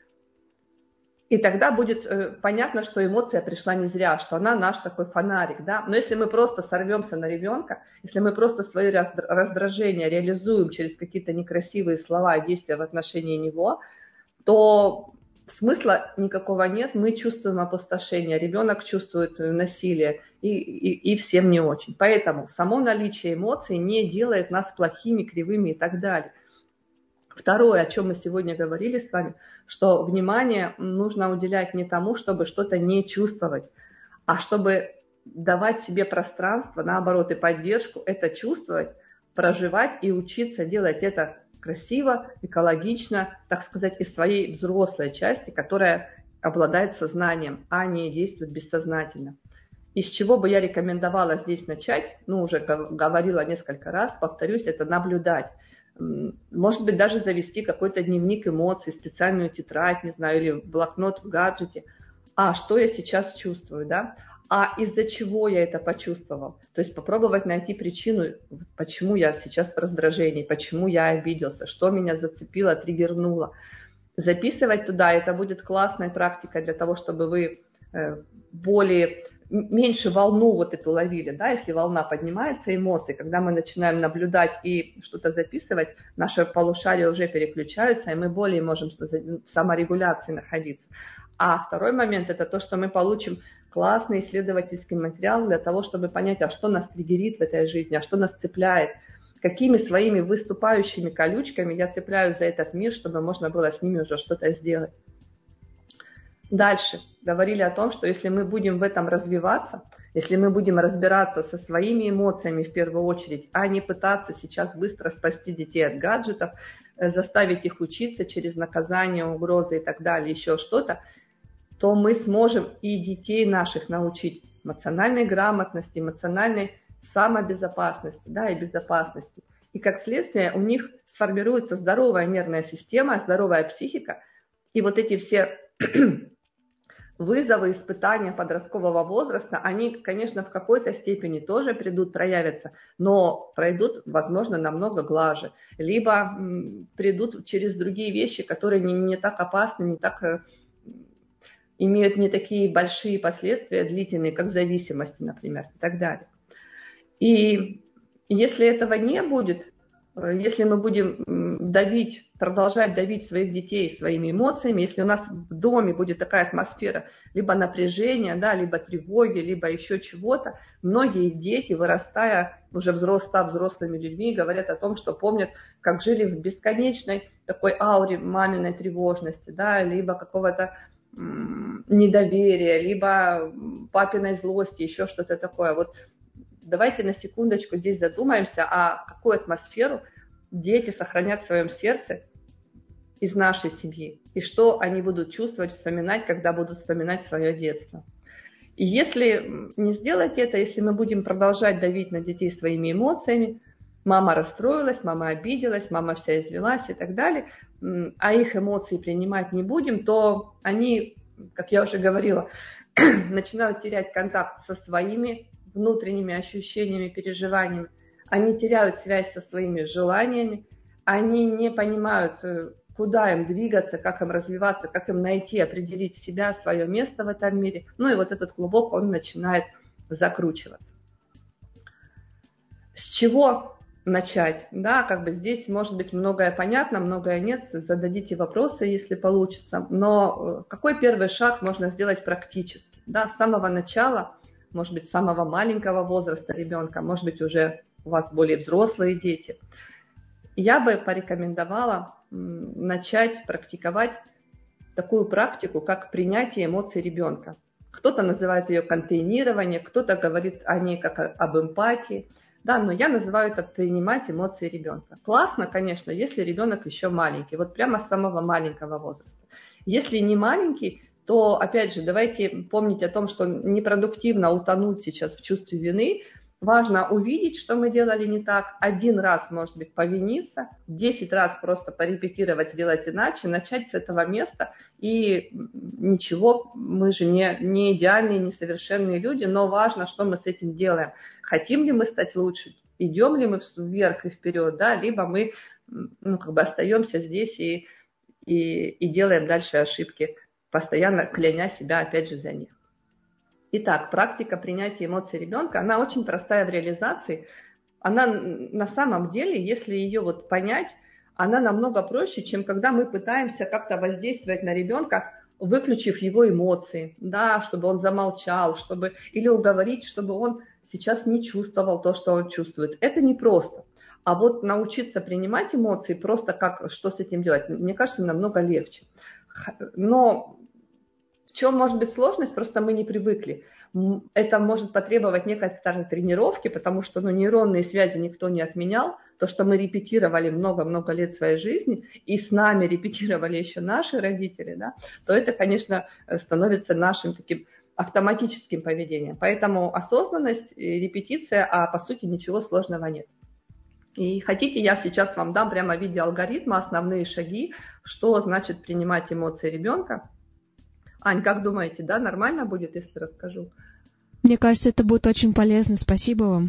И тогда будет понятно, что эмоция пришла не зря, что она наш такой фонарик. Да? Но если мы просто сорвемся на ребенка, если мы просто свое раздражение реализуем через какие-то некрасивые слова и действия в отношении него, то смысла никакого нет, мы чувствуем опустошение, ребенок чувствует насилие и всем не очень. Поэтому само наличие эмоций не делает нас плохими, кривыми и так далее. Второе, о чем мы сегодня говорили с вами, что внимание нужно уделять не тому, чтобы что-то не чувствовать, а чтобы давать себе пространство, наоборот, и поддержку, это чувствовать, проживать и учиться делать это красиво, экологично, так сказать, из своей взрослой части, которая обладает сознанием, а не действует бессознательно. Из чего бы я рекомендовала здесь начать, уже говорила несколько раз, повторюсь, это наблюдать. Может быть, даже завести какой-то дневник эмоций, специальную тетрадь, или блокнот в гаджете. А что я сейчас чувствую, да? А из-за чего я это почувствовал? То есть попробовать найти причину, почему я сейчас в раздражении, почему я обиделся, что меня зацепило, триггернуло. Записывать туда, это будет классная практика для того, чтобы вы меньше волну эту ловили, да, если волна поднимается, эмоции, когда мы начинаем наблюдать и что-то записывать, наши полушария уже переключаются, и мы более можем в саморегуляции находиться. А второй момент – это то, что мы получим классный исследовательский материал для того, чтобы понять, а что нас триггерит в этой жизни, а что нас цепляет, какими своими выступающими колючками я цепляюсь за этот мир, чтобы можно было с ними уже что-то сделать. Дальше говорили о том, что если мы будем в этом развиваться, если мы будем разбираться со своими эмоциями в первую очередь, а не пытаться сейчас быстро спасти детей от гаджетов, заставить их учиться через наказание, угрозы и так далее, еще что-то, то мы сможем и детей наших научить эмоциональной грамотности, эмоциональной самобезопасности, да, и безопасности. И как следствие у них сформируется здоровая нервная система, здоровая психика, и эти все вызовы, испытания подросткового возраста, они, конечно, в какой-то степени тоже проявятся, но пройдут, возможно, намного глаже. Либо придут через другие вещи, которые не так опасны, не так имеют не такие большие последствия длительные, как зависимости, например, и так далее. И если этого не будет, если мы будем продолжать давить своих детей своими эмоциями, если у нас в доме будет такая атмосфера либо напряжения, да, либо тревоги, либо еще чего-то, многие дети, вырастая, уже став взрослыми людьми, говорят о том, что помнят, как жили в бесконечной такой ауре маминой тревожности, да, либо какого-то недоверия, либо папиной злости, еще что-то такое. Давайте на секундочку здесь задумаемся, а какую атмосферу дети сохранят в своем сердце из нашей семьи, и что они будут чувствовать, вспоминать, когда будут вспоминать свое детство. И если не сделать это, если мы будем продолжать давить на детей своими эмоциями, мама расстроилась, мама обиделась, мама вся извелась и так далее, а их эмоции принимать не будем, то они, как я уже говорила, начинают терять контакт со своими внутренними ощущениями, переживаниями, они теряют связь со своими желаниями, они не понимают, куда им двигаться, как им развиваться, как им найти, определить себя, свое место в этом мире. Ну и вот этот клубок, он начинает закручиваться. С чего начать? Да, как бы здесь может быть многое понятно, многое нет. Зададите вопросы, если получится. Но какой первый шаг можно сделать практически? Да, с самого начала, может быть, с самого маленького возраста ребенка, может быть, уже у вас более взрослые дети. Я бы порекомендовала начать практиковать такую практику, как принятие эмоций ребенка. Кто-то называет ее контейнирование, кто-то говорит о ней как об эмпатии. Да, но я называю это принимать эмоции ребенка. Классно, конечно, если ребенок еще маленький, вот прямо с самого маленького возраста. Если не маленький, то, опять же, давайте помнить о том, что непродуктивно утонуть сейчас в чувстве вины. Важно увидеть, что мы делали не так, 1 раз, может быть, повиниться, 10 раз просто порепетировать, сделать иначе, начать с этого места. И ничего, мы же не идеальные, несовершенные люди, но важно, что мы с этим делаем. Хотим ли мы стать лучше, идем ли мы вверх и вперед, да, либо мы остаемся здесь и делаем дальше ошибки, постоянно кляня себя, опять же, за них. Итак, практика принятия эмоций ребенка, она очень простая в реализации. Она на самом деле, если ее вот понять, она намного проще, чем когда мы пытаемся как-то воздействовать на ребенка, выключив его эмоции, да, чтобы он замолчал, или уговорить, чтобы он сейчас не чувствовал то, что он чувствует. Это непросто. А вот научиться принимать эмоции, просто что с этим делать, мне кажется, намного легче. Но в чем может быть сложность? Просто мы не привыкли. Это может потребовать некоторой тренировки, потому что нейронные связи никто не отменял. То, что мы репетировали много-много лет своей жизни, и с нами репетировали еще наши родители, да, то это, конечно, становится нашим таким автоматическим поведением. Поэтому осознанность, репетиция, а по сути ничего сложного нет. И хотите, я сейчас вам дам прямо в виде алгоритма основные шаги, что значит принимать эмоции ребенка. Ань, как думаете, да, нормально будет, если расскажу? Мне кажется, это будет очень полезно. Спасибо вам.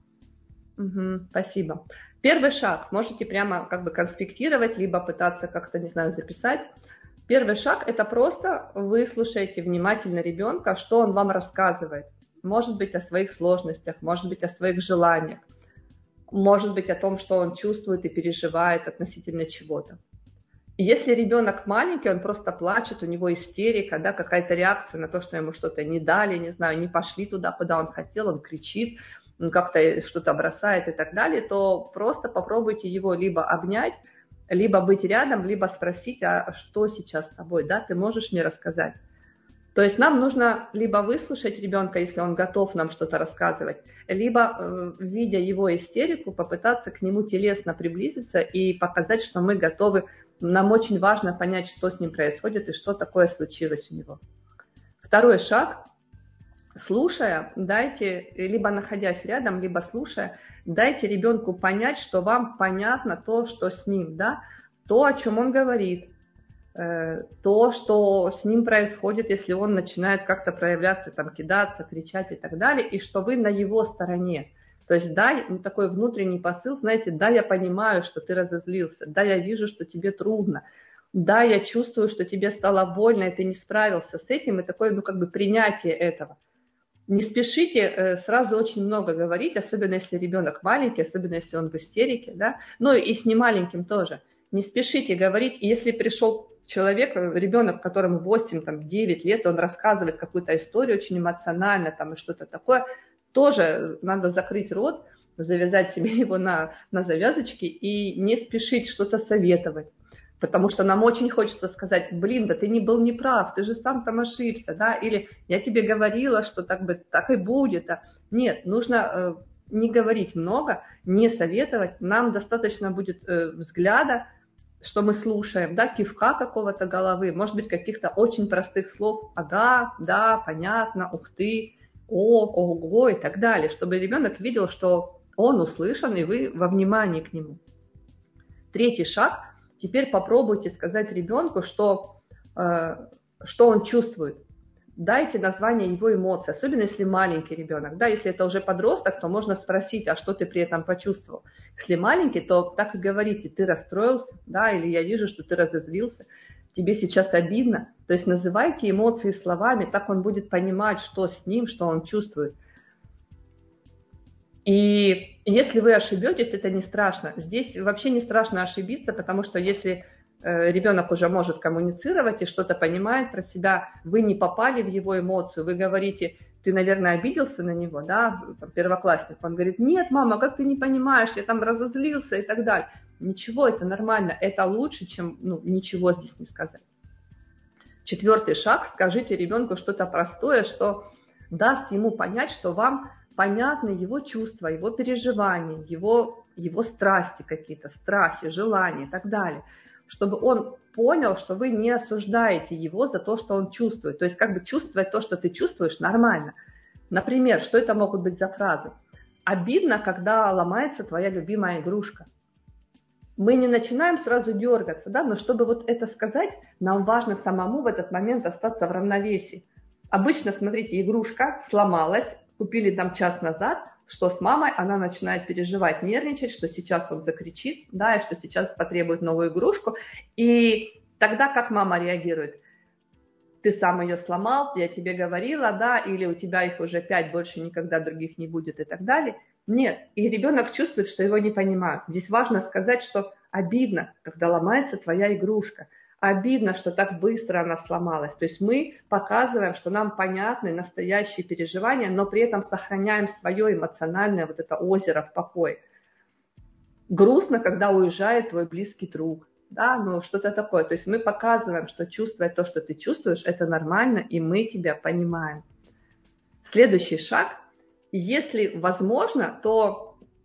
Спасибо. Первый шаг можете прямо конспектировать, либо пытаться как-то, не знаю, записать. Первый шаг – это просто выслушайте внимательно ребенка, что он вам рассказывает. Может быть, о своих сложностях, может быть, о своих желаниях, может быть, о том, что он чувствует и переживает относительно чего-то. Если ребенок маленький, он просто плачет, у него истерика, да, какая-то реакция на то, что ему что-то не дали, не знаю, не пошли туда, куда он хотел, он кричит, он как-то что-то бросает и так далее, то просто попробуйте его либо обнять, либо быть рядом, либо спросить, а что сейчас с тобой, да, ты можешь мне рассказать? То есть нам нужно либо выслушать ребенка, если он готов нам что-то рассказывать, либо, видя его истерику, попытаться к нему телесно приблизиться и показать, что мы готовы. Нам очень важно понять, что с ним происходит и что такое случилось у него. Второй шаг. Слушая, дайте, либо находясь рядом, либо слушая, дайте ребенку понять, что вам понятно то, что с ним, да, то, о чем он говорит, то, что с ним происходит, если он начинает как-то проявляться, там, кидаться, кричать и так далее, и что вы на его стороне. То есть, да, такой внутренний посыл, знаете, да, я понимаю, что ты разозлился, да, я вижу, что тебе трудно, да, я чувствую, что тебе стало больно, и ты не справился с этим, и такое, принятие этого. Не спешите сразу очень много говорить, особенно если ребенок маленький, особенно если он в истерике, да, но и с немаленьким тоже. Не спешите говорить, если пришел человек, ребенок, которому 8-9 лет, он рассказывает какую-то историю очень эмоционально, там, и что-то такое, тоже надо закрыть рот, завязать себе его на завязочки и не спешить что-то советовать. Потому что нам очень хочется сказать, да ты не был неправ, ты же сам там ошибся, да, или я тебе говорила, что так и будет. Нет, нужно не говорить много, не советовать, нам достаточно будет взгляда, что мы слушаем, да, кивка какого-то головы, может быть, каких-то очень простых слов, ага, да, понятно, ух ты, о, ого и так далее, чтобы ребенок видел, что он услышан, и вы во внимании к нему. Третий шаг. Теперь попробуйте сказать ребенку, что он чувствует. Дайте название его эмоций, особенно если маленький ребенок. Да, если это уже подросток, то можно спросить, а что ты при этом почувствовал. Если маленький, то так и говорите, ты расстроился, да, или я вижу, что ты разозлился, тебе сейчас обидно. То есть называйте эмоции словами, так он будет понимать, что с ним, что он чувствует. И если вы ошибетесь, это не страшно. Здесь вообще не страшно ошибиться, потому что если ребенок уже может коммуницировать и что-то понимает про себя, вы не попали в его эмоцию, вы говорите, ты, наверное, обиделся на него, да, первоклассник, он говорит, нет, мама, как ты не понимаешь, я там разозлился и так далее. Ничего, это нормально, это лучше, чем ничего здесь не сказать. Четвертый шаг, скажите ребенку что-то простое, что даст ему понять, что вам понятны его чувства, его переживания, его страсти какие-то, страхи, желания и так далее. Чтобы он понял, что вы не осуждаете его за то, что он чувствует. То есть как бы чувствовать то, что ты чувствуешь, нормально. Например, что это могут быть за фразы? Обидно, когда ломается твоя любимая игрушка. Мы не начинаем сразу дергаться, да, но чтобы вот это сказать, нам важно самому в этот момент остаться в равновесии. Обычно, смотрите, игрушка сломалась, купили там час назад, что с мамой, она начинает переживать, нервничать, что сейчас он закричит, да, и что сейчас потребует новую игрушку. И тогда как мама реагирует? Ты сам ее сломал, я тебе говорила, да, или у тебя их уже 5, больше никогда других не будет и так далее. Нет, и ребенок чувствует, что его не понимают. Здесь важно сказать, что обидно, когда ломается твоя игрушка. Обидно, что так быстро она сломалась. То есть мы показываем, что нам понятны настоящие переживания, но при этом сохраняем свое эмоциональное вот это озеро в покое. Грустно, когда уезжает твой близкий друг, да, ну что-то такое. То есть мы показываем, что чувствуя то, что ты чувствуешь, это нормально, и мы тебя понимаем. Следующий шаг. Если возможно, то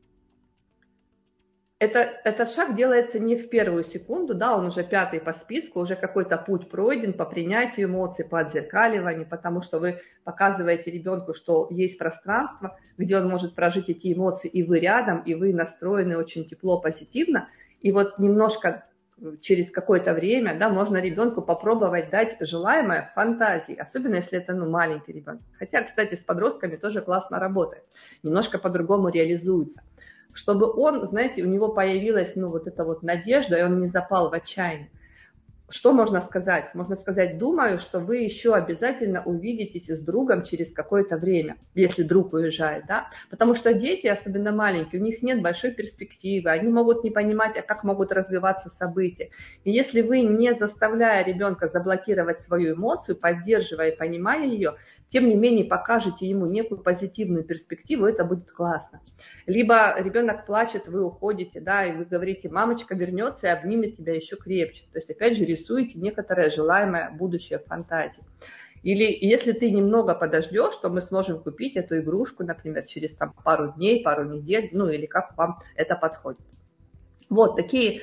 этот шаг делается не в первую секунду, да, он уже 5-й по списку, уже какой-то путь пройден по принятию эмоций, по отзеркаливанию, потому что вы показываете ребенку, что есть пространство, где он может прожить эти эмоции, и вы рядом, и вы настроены очень тепло, позитивно, и вот немножко через какое-то время, да, можно ребенку попробовать дать желаемое фантазии, особенно если это, маленький ребенок. Хотя, кстати, с подростками тоже классно работает, немножко по-другому реализуется. Чтобы он, знаете, у него появилась, вот эта вот надежда, и он не запал в отчаяние. Что можно сказать? Можно сказать, думаю, что вы еще обязательно увидитесь с другом через какое-то время, если друг уезжает, да? Потому что дети, особенно маленькие, у них нет большой перспективы, они могут не понимать, а как могут развиваться события. И если вы, не заставляя ребенка заблокировать свою эмоцию, поддерживая и понимая ее, тем не менее покажете ему некую позитивную перспективу, это будет классно. Либо ребенок плачет, вы уходите, да, и вы говорите, мамочка вернется и обнимет тебя еще крепче. То есть, опять же, рисуете некоторое желаемое будущее в фантазии. Или если ты немного подождешь, то мы сможем купить эту игрушку, например, через пару дней, пару недель, или как вам это подходит. Вот такие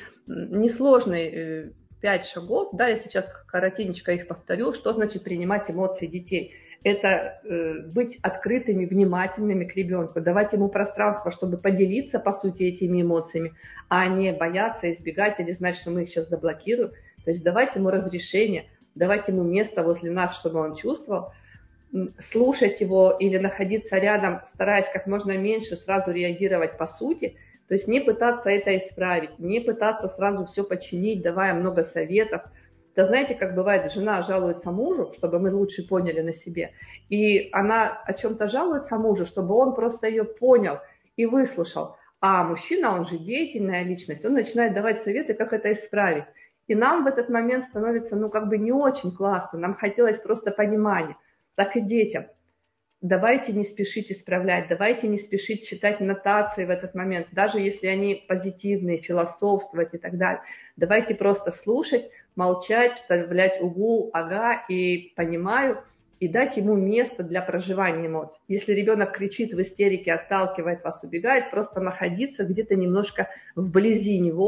несложные 5 шагов, да, я сейчас коротенько их повторю, что значит принимать эмоции детей. Это быть открытыми, внимательными к ребенку, давать ему пространство, чтобы поделиться, по сути, этими эмоциями, а не бояться, избегать или знать, что мы их сейчас заблокируем. То есть давать ему разрешение, давать ему место возле нас, чтобы он чувствовал, слушать его или находиться рядом, стараясь как можно меньше сразу реагировать по сути, то есть не пытаться это исправить, не пытаться сразу все подчинить, давая много советов. Да знаете, как бывает, жена жалуется мужу, чтобы мы лучше поняли на себе, и она о чем-то жалуется мужу, чтобы он просто ее понял и выслушал. А мужчина, он же деятельная личность, он начинает давать советы, как это исправить. И нам в этот момент становится, не очень классно, нам хотелось просто понимания. Так и детям. Давайте не спешить исправлять, давайте не спешить читать нотации в этот момент, даже если они позитивные, философствовать и так далее. Давайте просто слушать, молчать, вставлять угу, ага, и понимаю, и дать ему место для проживания эмоций. Если ребенок кричит в истерике, отталкивает вас, убегает, просто находиться где-то немножко вблизи него,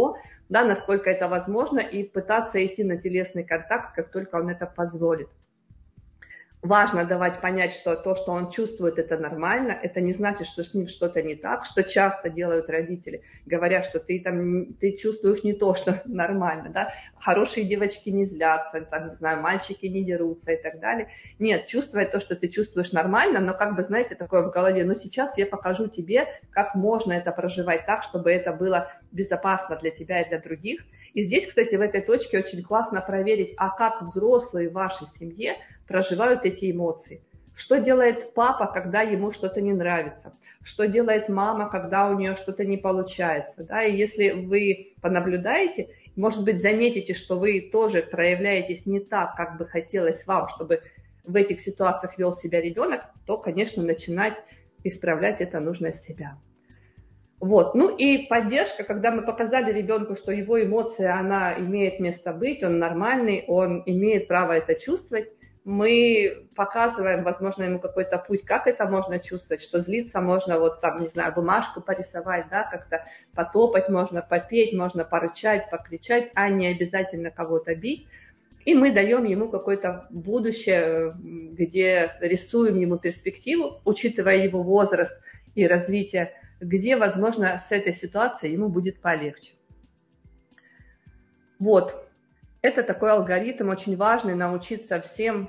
да, насколько это возможно, и пытаться идти на телесный контакт, как только он это позволит. Важно давать понять, что то, что он чувствует, это нормально. Это не значит, что с ним что-то не так, что часто делают родители, говоря, что ты чувствуешь не то, что нормально. Да? Хорошие девочки не злятся, там, не знаю, мальчики не дерутся и так далее. Нет, чувствовать то, что ты чувствуешь нормально, но как бы, знаете, такое в голове. Но сейчас я покажу тебе, как можно это проживать так, чтобы это было безопасно для тебя и для других. И здесь, кстати, в этой точке очень классно проверить, а как взрослые в вашей семье проживают эти эмоции. Что делает папа, когда ему что-то не нравится? Что делает мама, когда у нее что-то не получается? Да? И если вы понаблюдаете, может быть, заметите, что вы тоже проявляетесь не так, как бы хотелось вам, чтобы в этих ситуациях вел себя ребенок, то, конечно, начинать исправлять это нужно с себя. Вот. Ну и поддержка, когда мы показали ребенку, что его эмоция, она имеет место быть, он нормальный, он имеет право это чувствовать, мы показываем, возможно, ему какой-то путь, как это можно чувствовать, что злиться можно, вот там, не знаю, бумажку порисовать, да, как-то потопать можно, попеть, можно порычать, покричать, а не обязательно кого-то бить. И мы даем ему какое-то будущее, где рисуем ему перспективу, учитывая его возраст и развитие, где, возможно, с этой ситуацией ему будет полегче. Вот. Это такой алгоритм, очень важный, научиться всем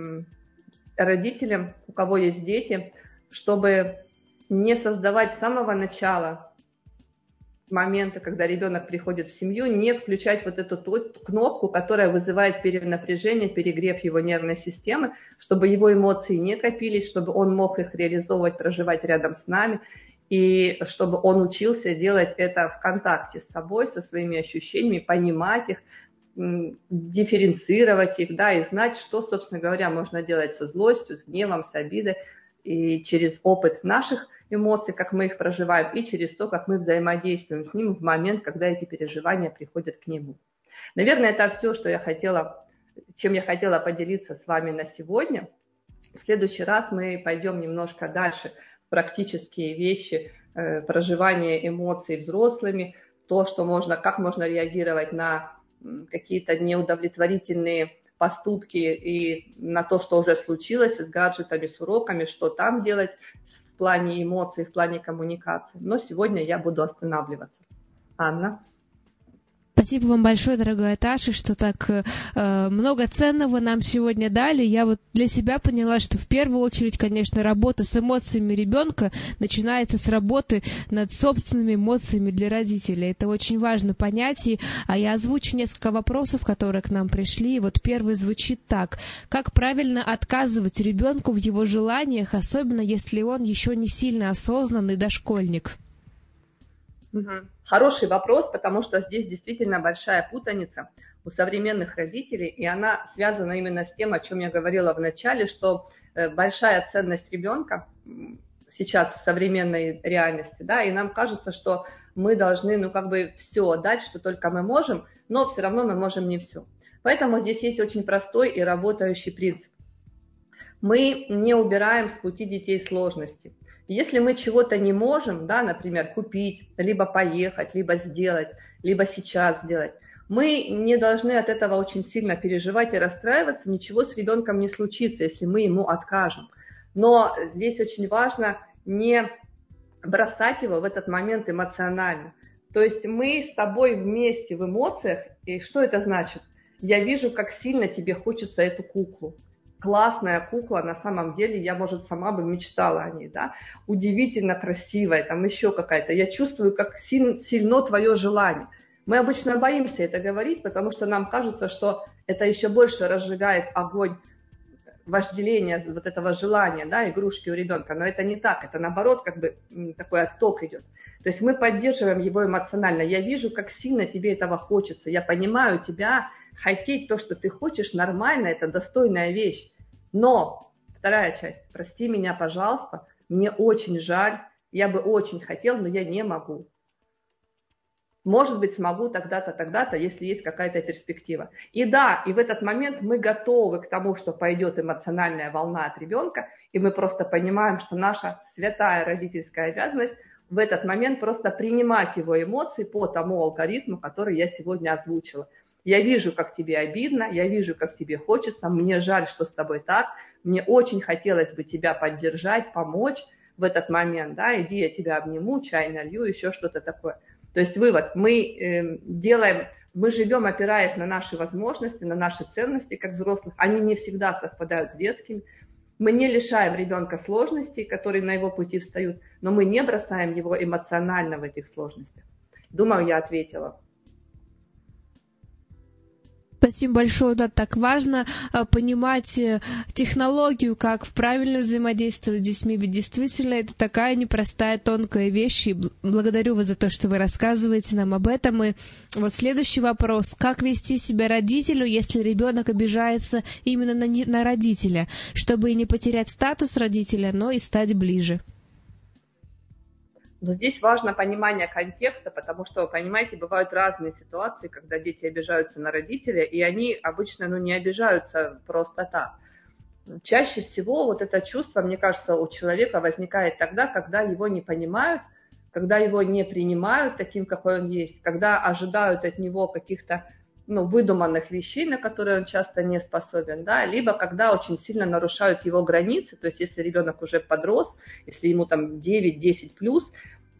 родителям, у кого есть дети, чтобы не создавать с самого начала момента, когда ребенок приходит в семью, не включать вот эту кнопку, которая вызывает перенапряжение, перегрев его нервной системы, чтобы его эмоции не копились, чтобы он мог их реализовывать, проживать рядом с нами, и чтобы он учился делать это в контакте с собой, со своими ощущениями, понимать их, дифференцировать их, да, и знать, что, собственно говоря, можно делать со злостью, с гневом, с обидой, и через опыт наших эмоций, как мы их проживаем, и через то, как мы взаимодействуем с ним в момент, когда эти переживания приходят к нему. Наверное, это все, что чем я хотела поделиться с вами на сегодня. В следующий раз мы пойдем немножко дальше в практические вещи проживания эмоций взрослыми, то, что как можно реагировать на какие-то неудовлетворительные поступки и на то, что уже случилось с гаджетами, с уроками, что там делать в плане эмоций, в плане коммуникации. Но сегодня я буду останавливаться. Анна? Спасибо вам большое, дорогая Таша, что так много ценного нам сегодня дали. Я вот для себя поняла, что в первую очередь, конечно, работа с эмоциями ребенка начинается с работы над собственными эмоциями для родителей. Это очень важно понять. А я озвучу несколько вопросов, которые к нам пришли. Вот первый звучит так. Как правильно отказывать ребенку в его желаниях, особенно если он еще не сильно осознанный дошкольник? Хороший вопрос, потому что здесь действительно большая путаница у современных родителей, и она связана именно с тем, о чем я говорила в начале, что большая ценность ребенка сейчас в современной реальности, да, и нам кажется, что мы должны, все дать, что только мы можем, но все равно мы можем не все. Поэтому здесь есть очень простой и работающий принцип. Мы не убираем с пути детей сложности. Если мы чего-то не можем, да, например, купить, либо поехать, либо сделать, либо сейчас сделать, мы не должны от этого очень сильно переживать и расстраиваться, ничего с ребенком не случится, если мы ему откажем. Но здесь очень важно не бросать его в этот момент эмоционально. То есть мы с тобой вместе в эмоциях, и что это значит? Я вижу, как сильно тебе хочется эту куклу. Классная кукла, на самом деле, я, может, сама бы мечтала о ней, да, удивительно красивая, там еще какая-то. Я чувствую, как сильно твое желание. Мы обычно боимся это говорить, потому что нам кажется, что это еще больше разжигает огонь вожделения, вот этого желания, да, игрушки у ребенка. Но это не так, это наоборот, такой отток идет. То есть мы поддерживаем его эмоционально. Я вижу, как сильно тебе этого хочется. Я понимаю тебя, хотеть то, что ты хочешь, нормально, это достойная вещь. Но, вторая часть, прости меня, пожалуйста, мне очень жаль, я бы очень хотел, но я не могу. Может быть, смогу тогда-то, тогда-то, если есть какая-то перспектива. И да, и в этот момент мы готовы к тому, что пойдет эмоциональная волна от ребенка, и мы просто понимаем, что наша святая родительская обязанность в этот момент просто принимать его эмоции по тому алгоритму, который я сегодня озвучила. Я вижу, как тебе обидно, я вижу, как тебе хочется, мне жаль, что с тобой так, мне очень хотелось бы тебя поддержать, помочь в этот момент, да, иди, я тебя обниму, чай налью, еще что-то такое. То есть вывод, мы живем, опираясь на наши возможности, на наши ценности, как взрослых, они не всегда совпадают с детскими. Мы не лишаем ребенка сложностей, которые на его пути встают, но мы не бросаем его эмоционально в этих сложностях. Думаю, я ответила. Спасибо большое, да, так важно понимать технологию, как в правильно взаимодействовать с детьми, ведь действительно это такая непростая, тонкая вещь, и благодарю вас за то, что вы рассказываете нам об этом. И вот следующий вопрос: как вести себя родителю, если ребенок обижается именно на родителя, чтобы и не потерять статус родителя, но и стать ближе? Но здесь важно понимание контекста, потому что, понимаете, бывают разные ситуации, когда дети обижаются на родителя, и они обычно не обижаются просто так. Чаще всего вот это чувство, мне кажется, у человека возникает тогда, когда его не понимают, когда его не принимают таким, какой он есть, когда ожидают от него каких-то выдуманных вещей, на которые он часто не способен, да, либо когда очень сильно нарушают его границы, то есть если ребенок уже подрос, если ему там 9-10 плюс,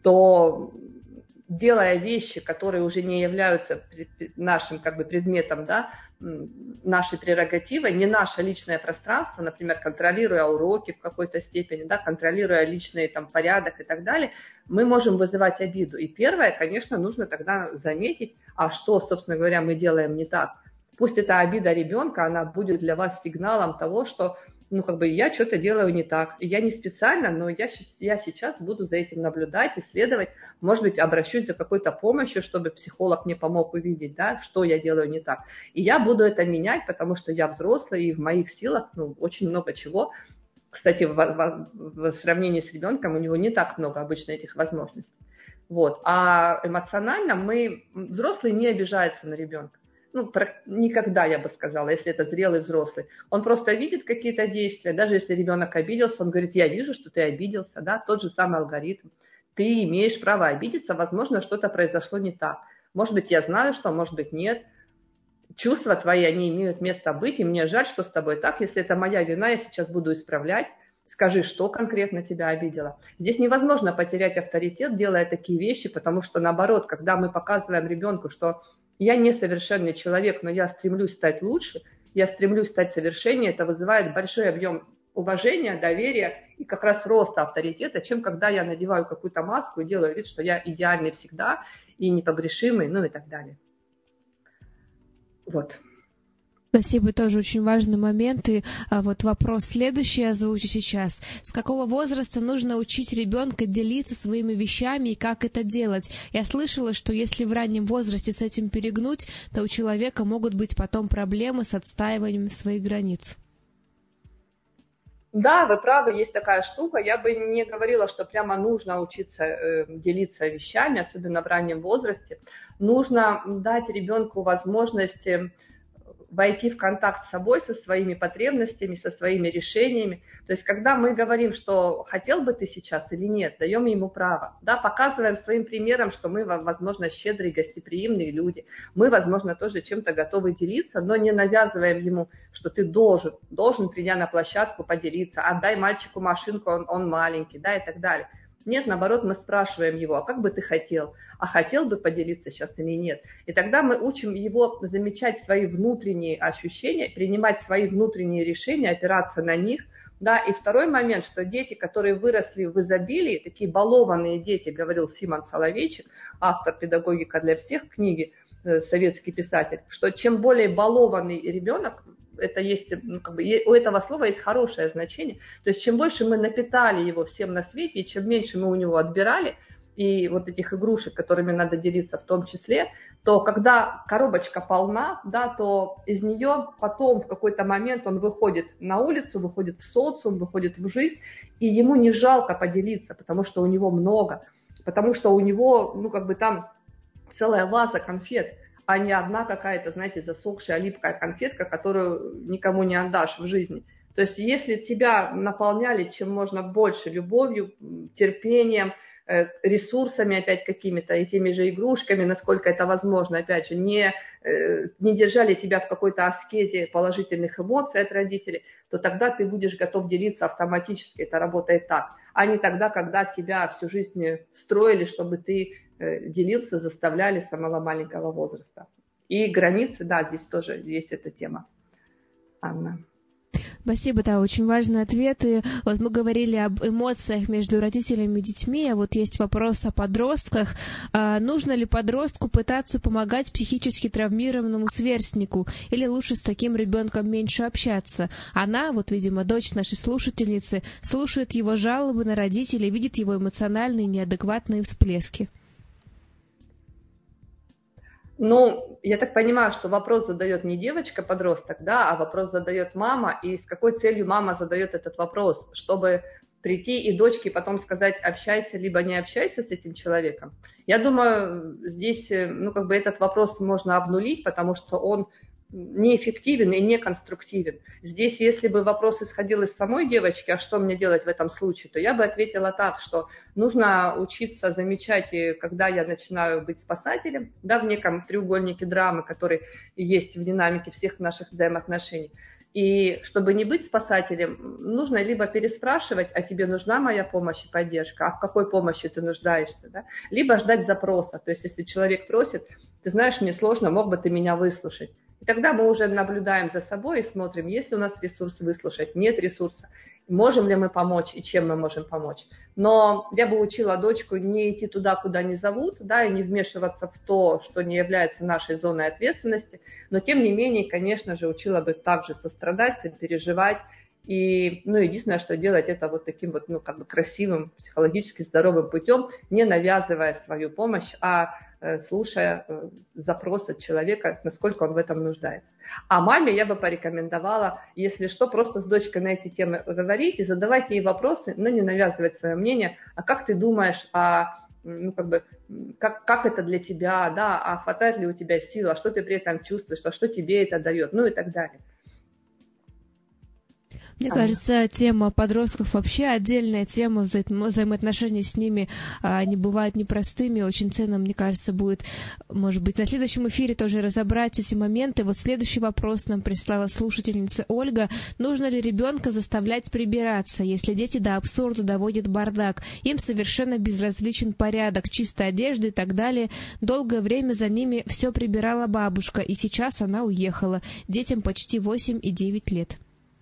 то делая вещи, которые уже не являются нашим предметом, да, нашей прерогативой, не наше личное пространство, например, контролируя уроки в какой-то степени, да, контролируя личный порядок и так далее, мы можем вызывать обиду. И первое, конечно, нужно тогда заметить, а что, собственно говоря, мы делаем не так. Пусть эта обида ребенка, она будет для вас сигналом того, что я что-то делаю не так. Я не специально, но я сейчас буду за этим наблюдать, исследовать. Может быть, обращусь за какой-то помощью, чтобы психолог мне помог увидеть, да, что я делаю не так. И я буду это менять, потому что я взрослый, и в моих силах очень много чего. Кстати, в сравнении с ребенком у него не так много обычно этих возможностей. Вот. А эмоционально взрослый не обижается на ребенка. Никогда, я бы сказала, если это зрелый взрослый. Он просто видит какие-то действия, даже если ребенок обиделся, он говорит: я вижу, что ты обиделся, да, тот же самый алгоритм. Ты имеешь право обидеться, возможно, что-то произошло не так. Может быть, я знаю, что, может быть, нет. Чувства твои, они имеют место быть, и мне жаль, что с тобой так. Если это моя вина, я сейчас буду исправлять. Скажи, что конкретно тебя обидело. Здесь невозможно потерять авторитет, делая такие вещи, потому что, наоборот, когда мы показываем ребенку, что я несовершенный человек, но я стремлюсь стать лучше, я стремлюсь стать совершеннее, это вызывает большой объем уважения, доверия и как раз роста авторитета, чем когда я надеваю какую-то маску и делаю вид, что я идеальный всегда и непогрешимый, и так далее. Вот. Спасибо, тоже очень важный момент. И вот вопрос следующий я озвучу сейчас. С какого возраста нужно учить ребенка делиться своими вещами и как это делать? Я слышала, что если в раннем возрасте с этим перегнуть, то у человека могут быть потом проблемы с отстаиванием своих границ. Да, вы правы, есть такая штука. Я бы не говорила, что прямо нужно учиться делиться вещами, особенно в раннем возрасте. Нужно дать ребенку возможность войти в контакт с собой, со своими потребностями, со своими решениями. То есть, когда мы говорим, что хотел бы ты сейчас или нет, даем ему право, да, показываем своим примером, что мы, возможно, щедрые, гостеприимные люди, мы, возможно, тоже чем-то готовы делиться, но не навязываем ему, что ты должен, придя на площадку, поделиться, отдай мальчику машинку, он маленький, да, и так далее. Нет, наоборот, мы спрашиваем его: а как бы ты хотел? А хотел бы поделиться сейчас или нет? И тогда мы учим его замечать свои внутренние ощущения, принимать свои внутренние решения, опираться на них. Да, и второй момент, что дети, которые выросли в изобилии, такие балованные дети, говорил Симон Соловейчик, автор «Педагогика для всех» книги, советский писатель, что чем более балованный ребенок, это есть, у этого слова есть хорошее значение. То есть чем больше мы напитали его всем на свете, и чем меньше мы у него отбирали, и вот этих игрушек, которыми надо делиться в том числе, то когда коробочка полна, да, то из нее потом в какой-то момент он выходит на улицу, выходит в социум, выходит в жизнь, и ему не жалко поделиться, потому что у него много, потому что у него, там целая ваза конфет, а не одна какая-то, знаете, засохшая, липкая конфетка, которую никому не отдашь в жизни. То есть если тебя наполняли чем можно больше любовью, терпением, ресурсами опять какими-то и теми же игрушками, насколько это возможно, опять же, не держали тебя в какой-то аскезе положительных эмоций от родителей, то тогда ты будешь готов делиться автоматически, это работает так, а не тогда, когда тебя всю жизнь строили, чтобы ты делился, заставляли с самого маленького возраста. И границы, да, здесь тоже есть эта тема, Анна. Спасибо, да, очень важный ответ. И вот мы говорили об эмоциях между родителями и детьми, а вот есть вопрос о подростках. Нужно ли подростку пытаться помогать психически травмированному сверстнику, или лучше с таким ребенком меньше общаться? Она, вот, видимо, дочь нашей слушательницы, слушает его жалобы на родителей, видит его эмоциональные неадекватные всплески. Ну, я так понимаю, что вопрос задает не девочка-подросток, да, а вопрос задает мама, и с какой целью мама задает этот вопрос, чтобы прийти и дочке потом сказать общайся, либо не общайся с этим человеком. Я думаю, здесь, ну, как бы этот вопрос можно обнулить, потому что он неэффективен и неконструктивен. Здесь, если бы вопрос исходил из самой девочки, а что мне делать в этом случае, то я бы ответила так, что нужно учиться замечать, когда я начинаю быть спасателем, да, в неком треугольнике драмы, который есть в динамике всех наших взаимоотношений. И чтобы не быть спасателем, нужно либо переспрашивать, а тебе нужна моя помощь и поддержка, а в какой помощи ты нуждаешься, да? Либо ждать запроса. То есть если человек просит, ты знаешь, мне сложно, мог бы ты меня выслушать. И тогда мы уже наблюдаем за собой и смотрим, есть ли у нас ресурс выслушать, нет ресурса, можем ли мы помочь и чем мы можем помочь. Но я бы учила дочку не идти туда, куда не зовут, да, и не вмешиваться в то, что не является нашей зоной ответственности, но тем не менее, конечно же, учила бы также сострадать, переживать. И, ну, единственное, что делать, это вот таким вот, ну, как бы красивым, психологически здоровым путем, не навязывая свою помощь, а слушая запрос от человека, насколько он в этом нуждается. А маме я бы порекомендовала, если что, просто с дочкой на эти темы говорить и задавать ей вопросы, но не навязывать свое мнение, а как ты думаешь, ну, как бы, как это для тебя, да, а хватает ли у тебя сил, а что ты при этом чувствуешь, а что тебе это дает, ну и так далее. Мне кажется, тема подростков вообще отдельная тема, взаимоотношения с ними, они бывают непростыми, очень ценно, мне кажется, будет, может быть, на следующем эфире тоже разобрать эти моменты. Вот следующий вопрос нам прислала слушательница Ольга. Нужно ли ребенка заставлять прибираться, если дети до абсурда доводят бардак? Им совершенно безразличен порядок, чистая одежда и так далее. Долгое время за ними все прибирала бабушка, и сейчас она уехала. Детям почти 8 и 9 лет.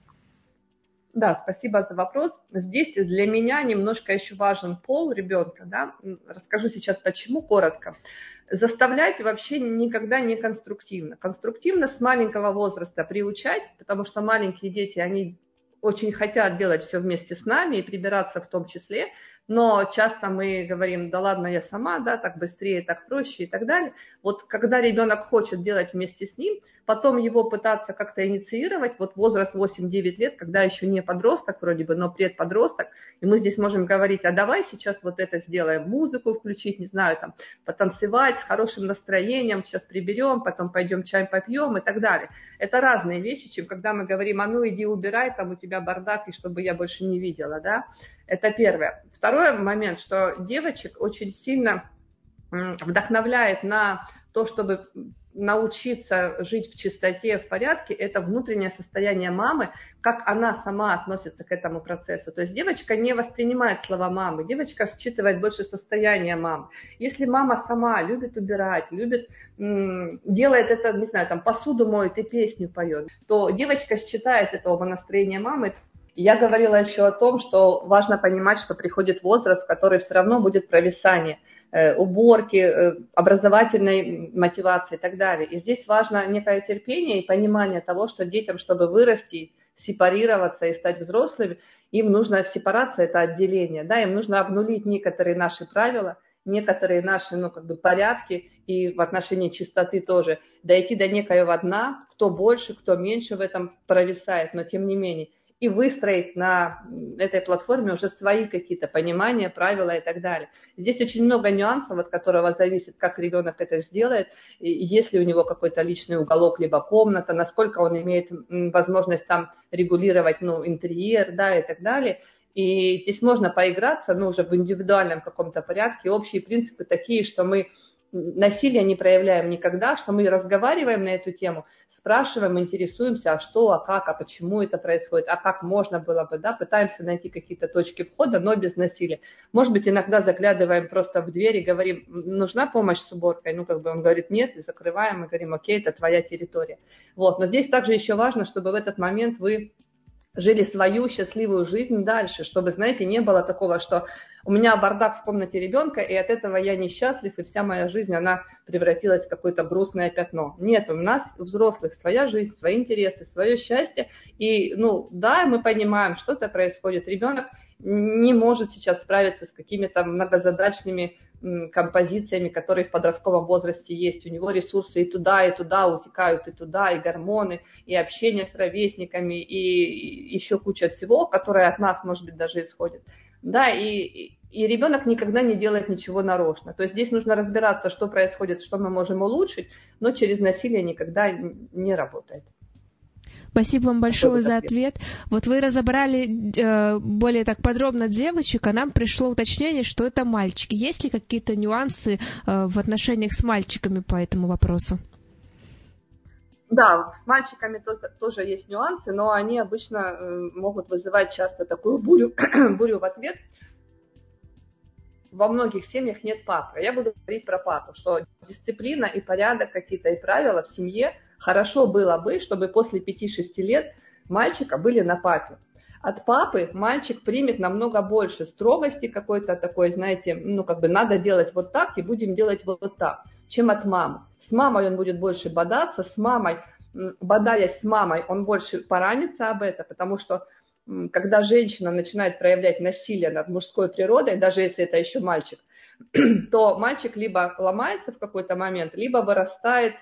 Да, спасибо за вопрос. Здесь для меня немножко еще важен пол ребенка, да. Расскажу сейчас почему, коротко. Заставлять вообще никогда не конструктивно. Конструктивно с маленького возраста приучать, потому что маленькие дети, они очень хотят делать все вместе с нами и прибираться в том числе, но часто мы говорим, да ладно, я сама, да, так быстрее, так проще и так далее. Вот когда ребенок хочет делать вместе с ним, потом его пытаться как-то инициировать, вот возраст 8-9 лет, когда еще не подросток вроде бы, но предподросток, и мы здесь можем говорить, а давай сейчас вот это сделаем, музыку включить, не знаю, там, потанцевать с хорошим настроением, сейчас приберем, потом пойдем чай попьем и так далее. Это разные вещи, чем когда мы говорим, а ну иди убирай, там у тебя бардак, и чтобы я больше не видела, да. Это первое. Второй момент, что девочек очень сильно вдохновляет на то, чтобы научиться жить в чистоте, в порядке, это внутреннее состояние мамы, как она сама относится к этому процессу. То есть девочка не воспринимает слова мамы, девочка считывает больше состояние мамы. Если мама сама любит убирать, любит, делает это, не знаю, там посуду моет и песню поет, то девочка считает это настроение мамы. Я говорила еще о том, что важно понимать, что приходит возраст, в который все равно будет провисание, уборки, образовательной мотивации и так далее. И здесь важно некое терпение и понимание того, что детям, чтобы вырасти, сепарироваться и стать взрослыми, им нужна сепарация, это отделение, да, им нужно обнулить некоторые наши правила, некоторые наши, ну, как бы порядки и в отношении чистоты тоже, дойти до некоего дна, кто больше, кто меньше в этом провисает, но тем не менее, и выстроить на этой платформе уже свои какие-то понимания, правила и так далее. Здесь очень много нюансов, от которого зависит, как ребенок это сделает, есть ли у него какой-то личный уголок, либо комната, насколько он имеет возможность там регулировать, ну, интерьер, да, и так далее. И здесь можно поиграться, но уже в индивидуальном каком-то порядке. Общие принципы такие, что мы насилие не проявляем никогда, что мы разговариваем на эту тему, спрашиваем, интересуемся, а что, а как, а почему это происходит, а как можно было бы, да, пытаемся найти какие-то точки входа, но без насилия. Может быть, иногда заглядываем просто в дверь и говорим, нужна помощь с уборкой, ну, как бы он говорит, нет, и закрываем, и говорим, окей, это твоя территория. Вот, но здесь также еще важно, чтобы в этот момент вы жили свою счастливую жизнь дальше, чтобы, знаете, не было такого, что у меня бардак в комнате ребенка, и от этого я несчастлив, и вся моя жизнь, она превратилась в какое-то грустное пятно. Нет, у нас, у взрослых, своя жизнь, свои интересы, свое счастье, и, ну, да, мы понимаем, что-то происходит. Ребенок не может сейчас справиться с какими-то многозадачными композициями, которые в подростковом возрасте есть. У него ресурсы и туда утекают, и туда, и гормоны, и общение с ровесниками, и еще куча всего, которое от нас, может быть, даже исходит. Да, и ребенок никогда не делает ничего нарочно. То есть здесь нужно разбираться, что происходит, что мы можем улучшить, но через насилие никогда не работает. Спасибо вам большое за ответ. Вот вы разобрали более так подробно девочек, а нам пришло уточнение, что это мальчики. Есть ли какие-то нюансы в отношениях с мальчиками по этому вопросу? Да, с мальчиками тоже есть нюансы, но они обычно могут вызывать часто такую бурю в ответ. Во многих семьях нет папы. Я буду говорить про папу, что дисциплина и порядок какие-то и правила в семье хорошо было бы, чтобы после 5-6 лет мальчика были на папе. От папы мальчик примет намного больше строгости какой-то такой, знаете, ну как бы надо делать вот так и будем делать вот так, чем от мамы. С мамой он будет больше бодаться, с мамой, бодаясь с мамой, он больше поранится об это, потому что когда женщина начинает проявлять насилие над мужской природой, даже если это еще мальчик, то мальчик либо ломается в какой-то момент, либо вырастает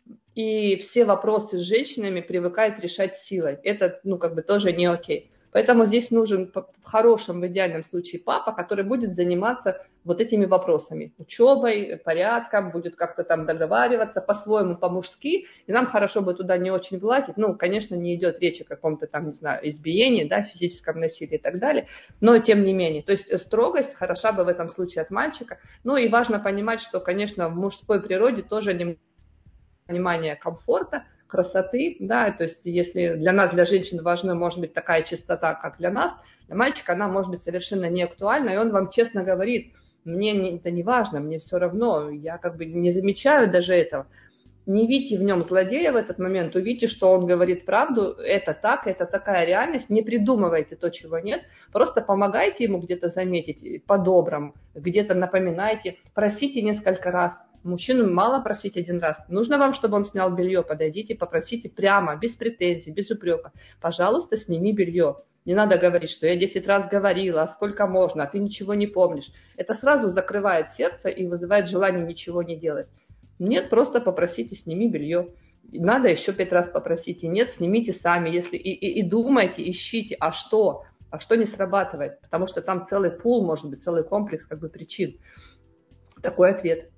и все вопросы с женщинами привыкает решать силой. Это, ну, как бы тоже не окей. Поэтому здесь нужен в хорошем, в идеальном случае папа, который будет заниматься вот этими вопросами. Учебой, порядком, будет как-то там договариваться по-своему, по-мужски. И нам хорошо бы туда не очень влазить. Ну, конечно, не идет речь о каком-то там, не знаю, избиении, да, физическом насилии и так далее. Но тем не менее. То есть строгость хороша бы в этом случае от мальчика. Ну и важно понимать, что, конечно, в мужской природе тоже понимание комфорта, красоты, да, то есть если для нас, для женщин важна, может быть, такая чистота, как для нас, для мальчика она может быть совершенно не актуальна, и он вам честно говорит, мне это не важно, мне все равно, я как бы не замечаю даже этого. Не видите в нем злодея в этот момент, увидите, что он говорит правду, это так, это такая реальность, не придумывайте то, чего нет, просто помогайте ему где-то заметить по-доброму, где-то напоминайте, просите несколько раз. Мужчину мало просить один раз. Нужно вам, чтобы он снял белье, подойдите, попросите прямо, без претензий, без упрека. Пожалуйста, сними белье. Не надо говорить, что я 10 раз говорила, а сколько можно, а ты ничего не помнишь. Это сразу закрывает сердце и вызывает желание ничего не делать. Нет, просто попросите, сними белье. Надо еще 5 раз попросите. Нет, снимите сами. Если и думайте, ищите, а что не срабатывает. Потому что там целый пул, может быть, целый комплекс как бы причин. Такой ответ.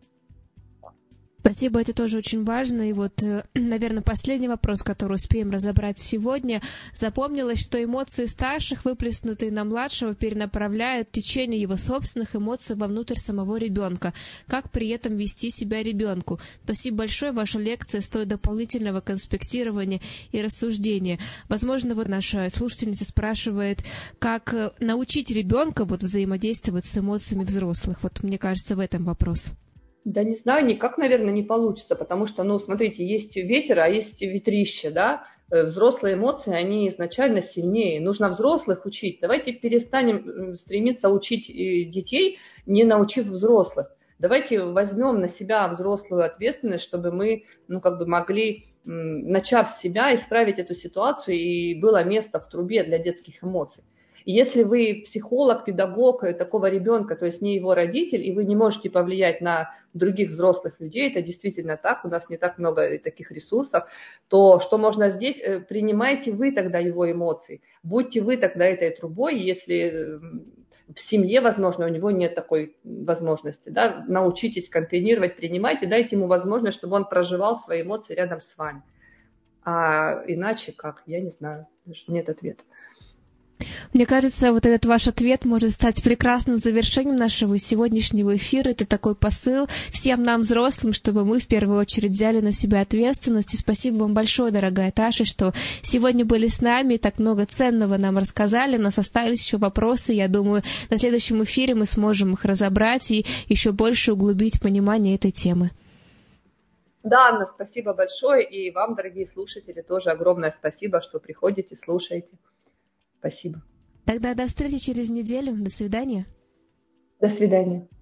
Спасибо, это тоже очень важно. И вот, наверное, последний вопрос, который успеем разобрать сегодня. Запомнилось, что эмоции старших, выплеснутые на младшего, перенаправляют течение его собственных эмоций вовнутрь самого ребенка. Как при этом вести себя ребенку? Спасибо большое. Ваша лекция стоит дополнительного конспектирования и рассуждения. Возможно, вот наша слушательница спрашивает, как научить ребенка вот взаимодействовать с эмоциями взрослых. Вот мне кажется, в этом вопрос. Да не знаю, никак, наверное, не получится, потому что, ну, смотрите, есть ветер, а есть ветрище, да, взрослые эмоции, они изначально сильнее, нужно взрослых учить. Давайте перестанем стремиться учить детей, не научив взрослых. Давайте возьмем на себя взрослую ответственность, чтобы мы, ну, как бы могли, начав с себя, исправить эту ситуацию, и было место в трубе для детских эмоций. Если вы психолог, педагог такого ребенка, то есть не его родитель, и вы не можете повлиять на других взрослых людей, это действительно так, у нас не так много таких ресурсов, то что можно здесь? Принимайте вы тогда его эмоции, будьте вы тогда этой трубой, если в семье, возможно, у него нет такой возможности, да, научитесь контейнировать, принимайте, дайте ему возможность, чтобы он проживал свои эмоции рядом с вами. А иначе как? Я не знаю, нет ответа. Мне кажется, вот этот ваш ответ может стать прекрасным завершением нашего сегодняшнего эфира. Это такой посыл всем нам, взрослым, чтобы мы в первую очередь взяли на себя ответственность. И спасибо вам большое, дорогая Таша, что сегодня были с нами, так много ценного нам рассказали. У нас остались еще вопросы. Я думаю, на следующем эфире мы сможем их разобрать и еще больше углубить понимание этой темы. Да, Анна, спасибо большое. И вам, дорогие слушатели, тоже огромное спасибо, что приходите, слушаете. Спасибо. Тогда до встречи через неделю. До свидания. До свидания.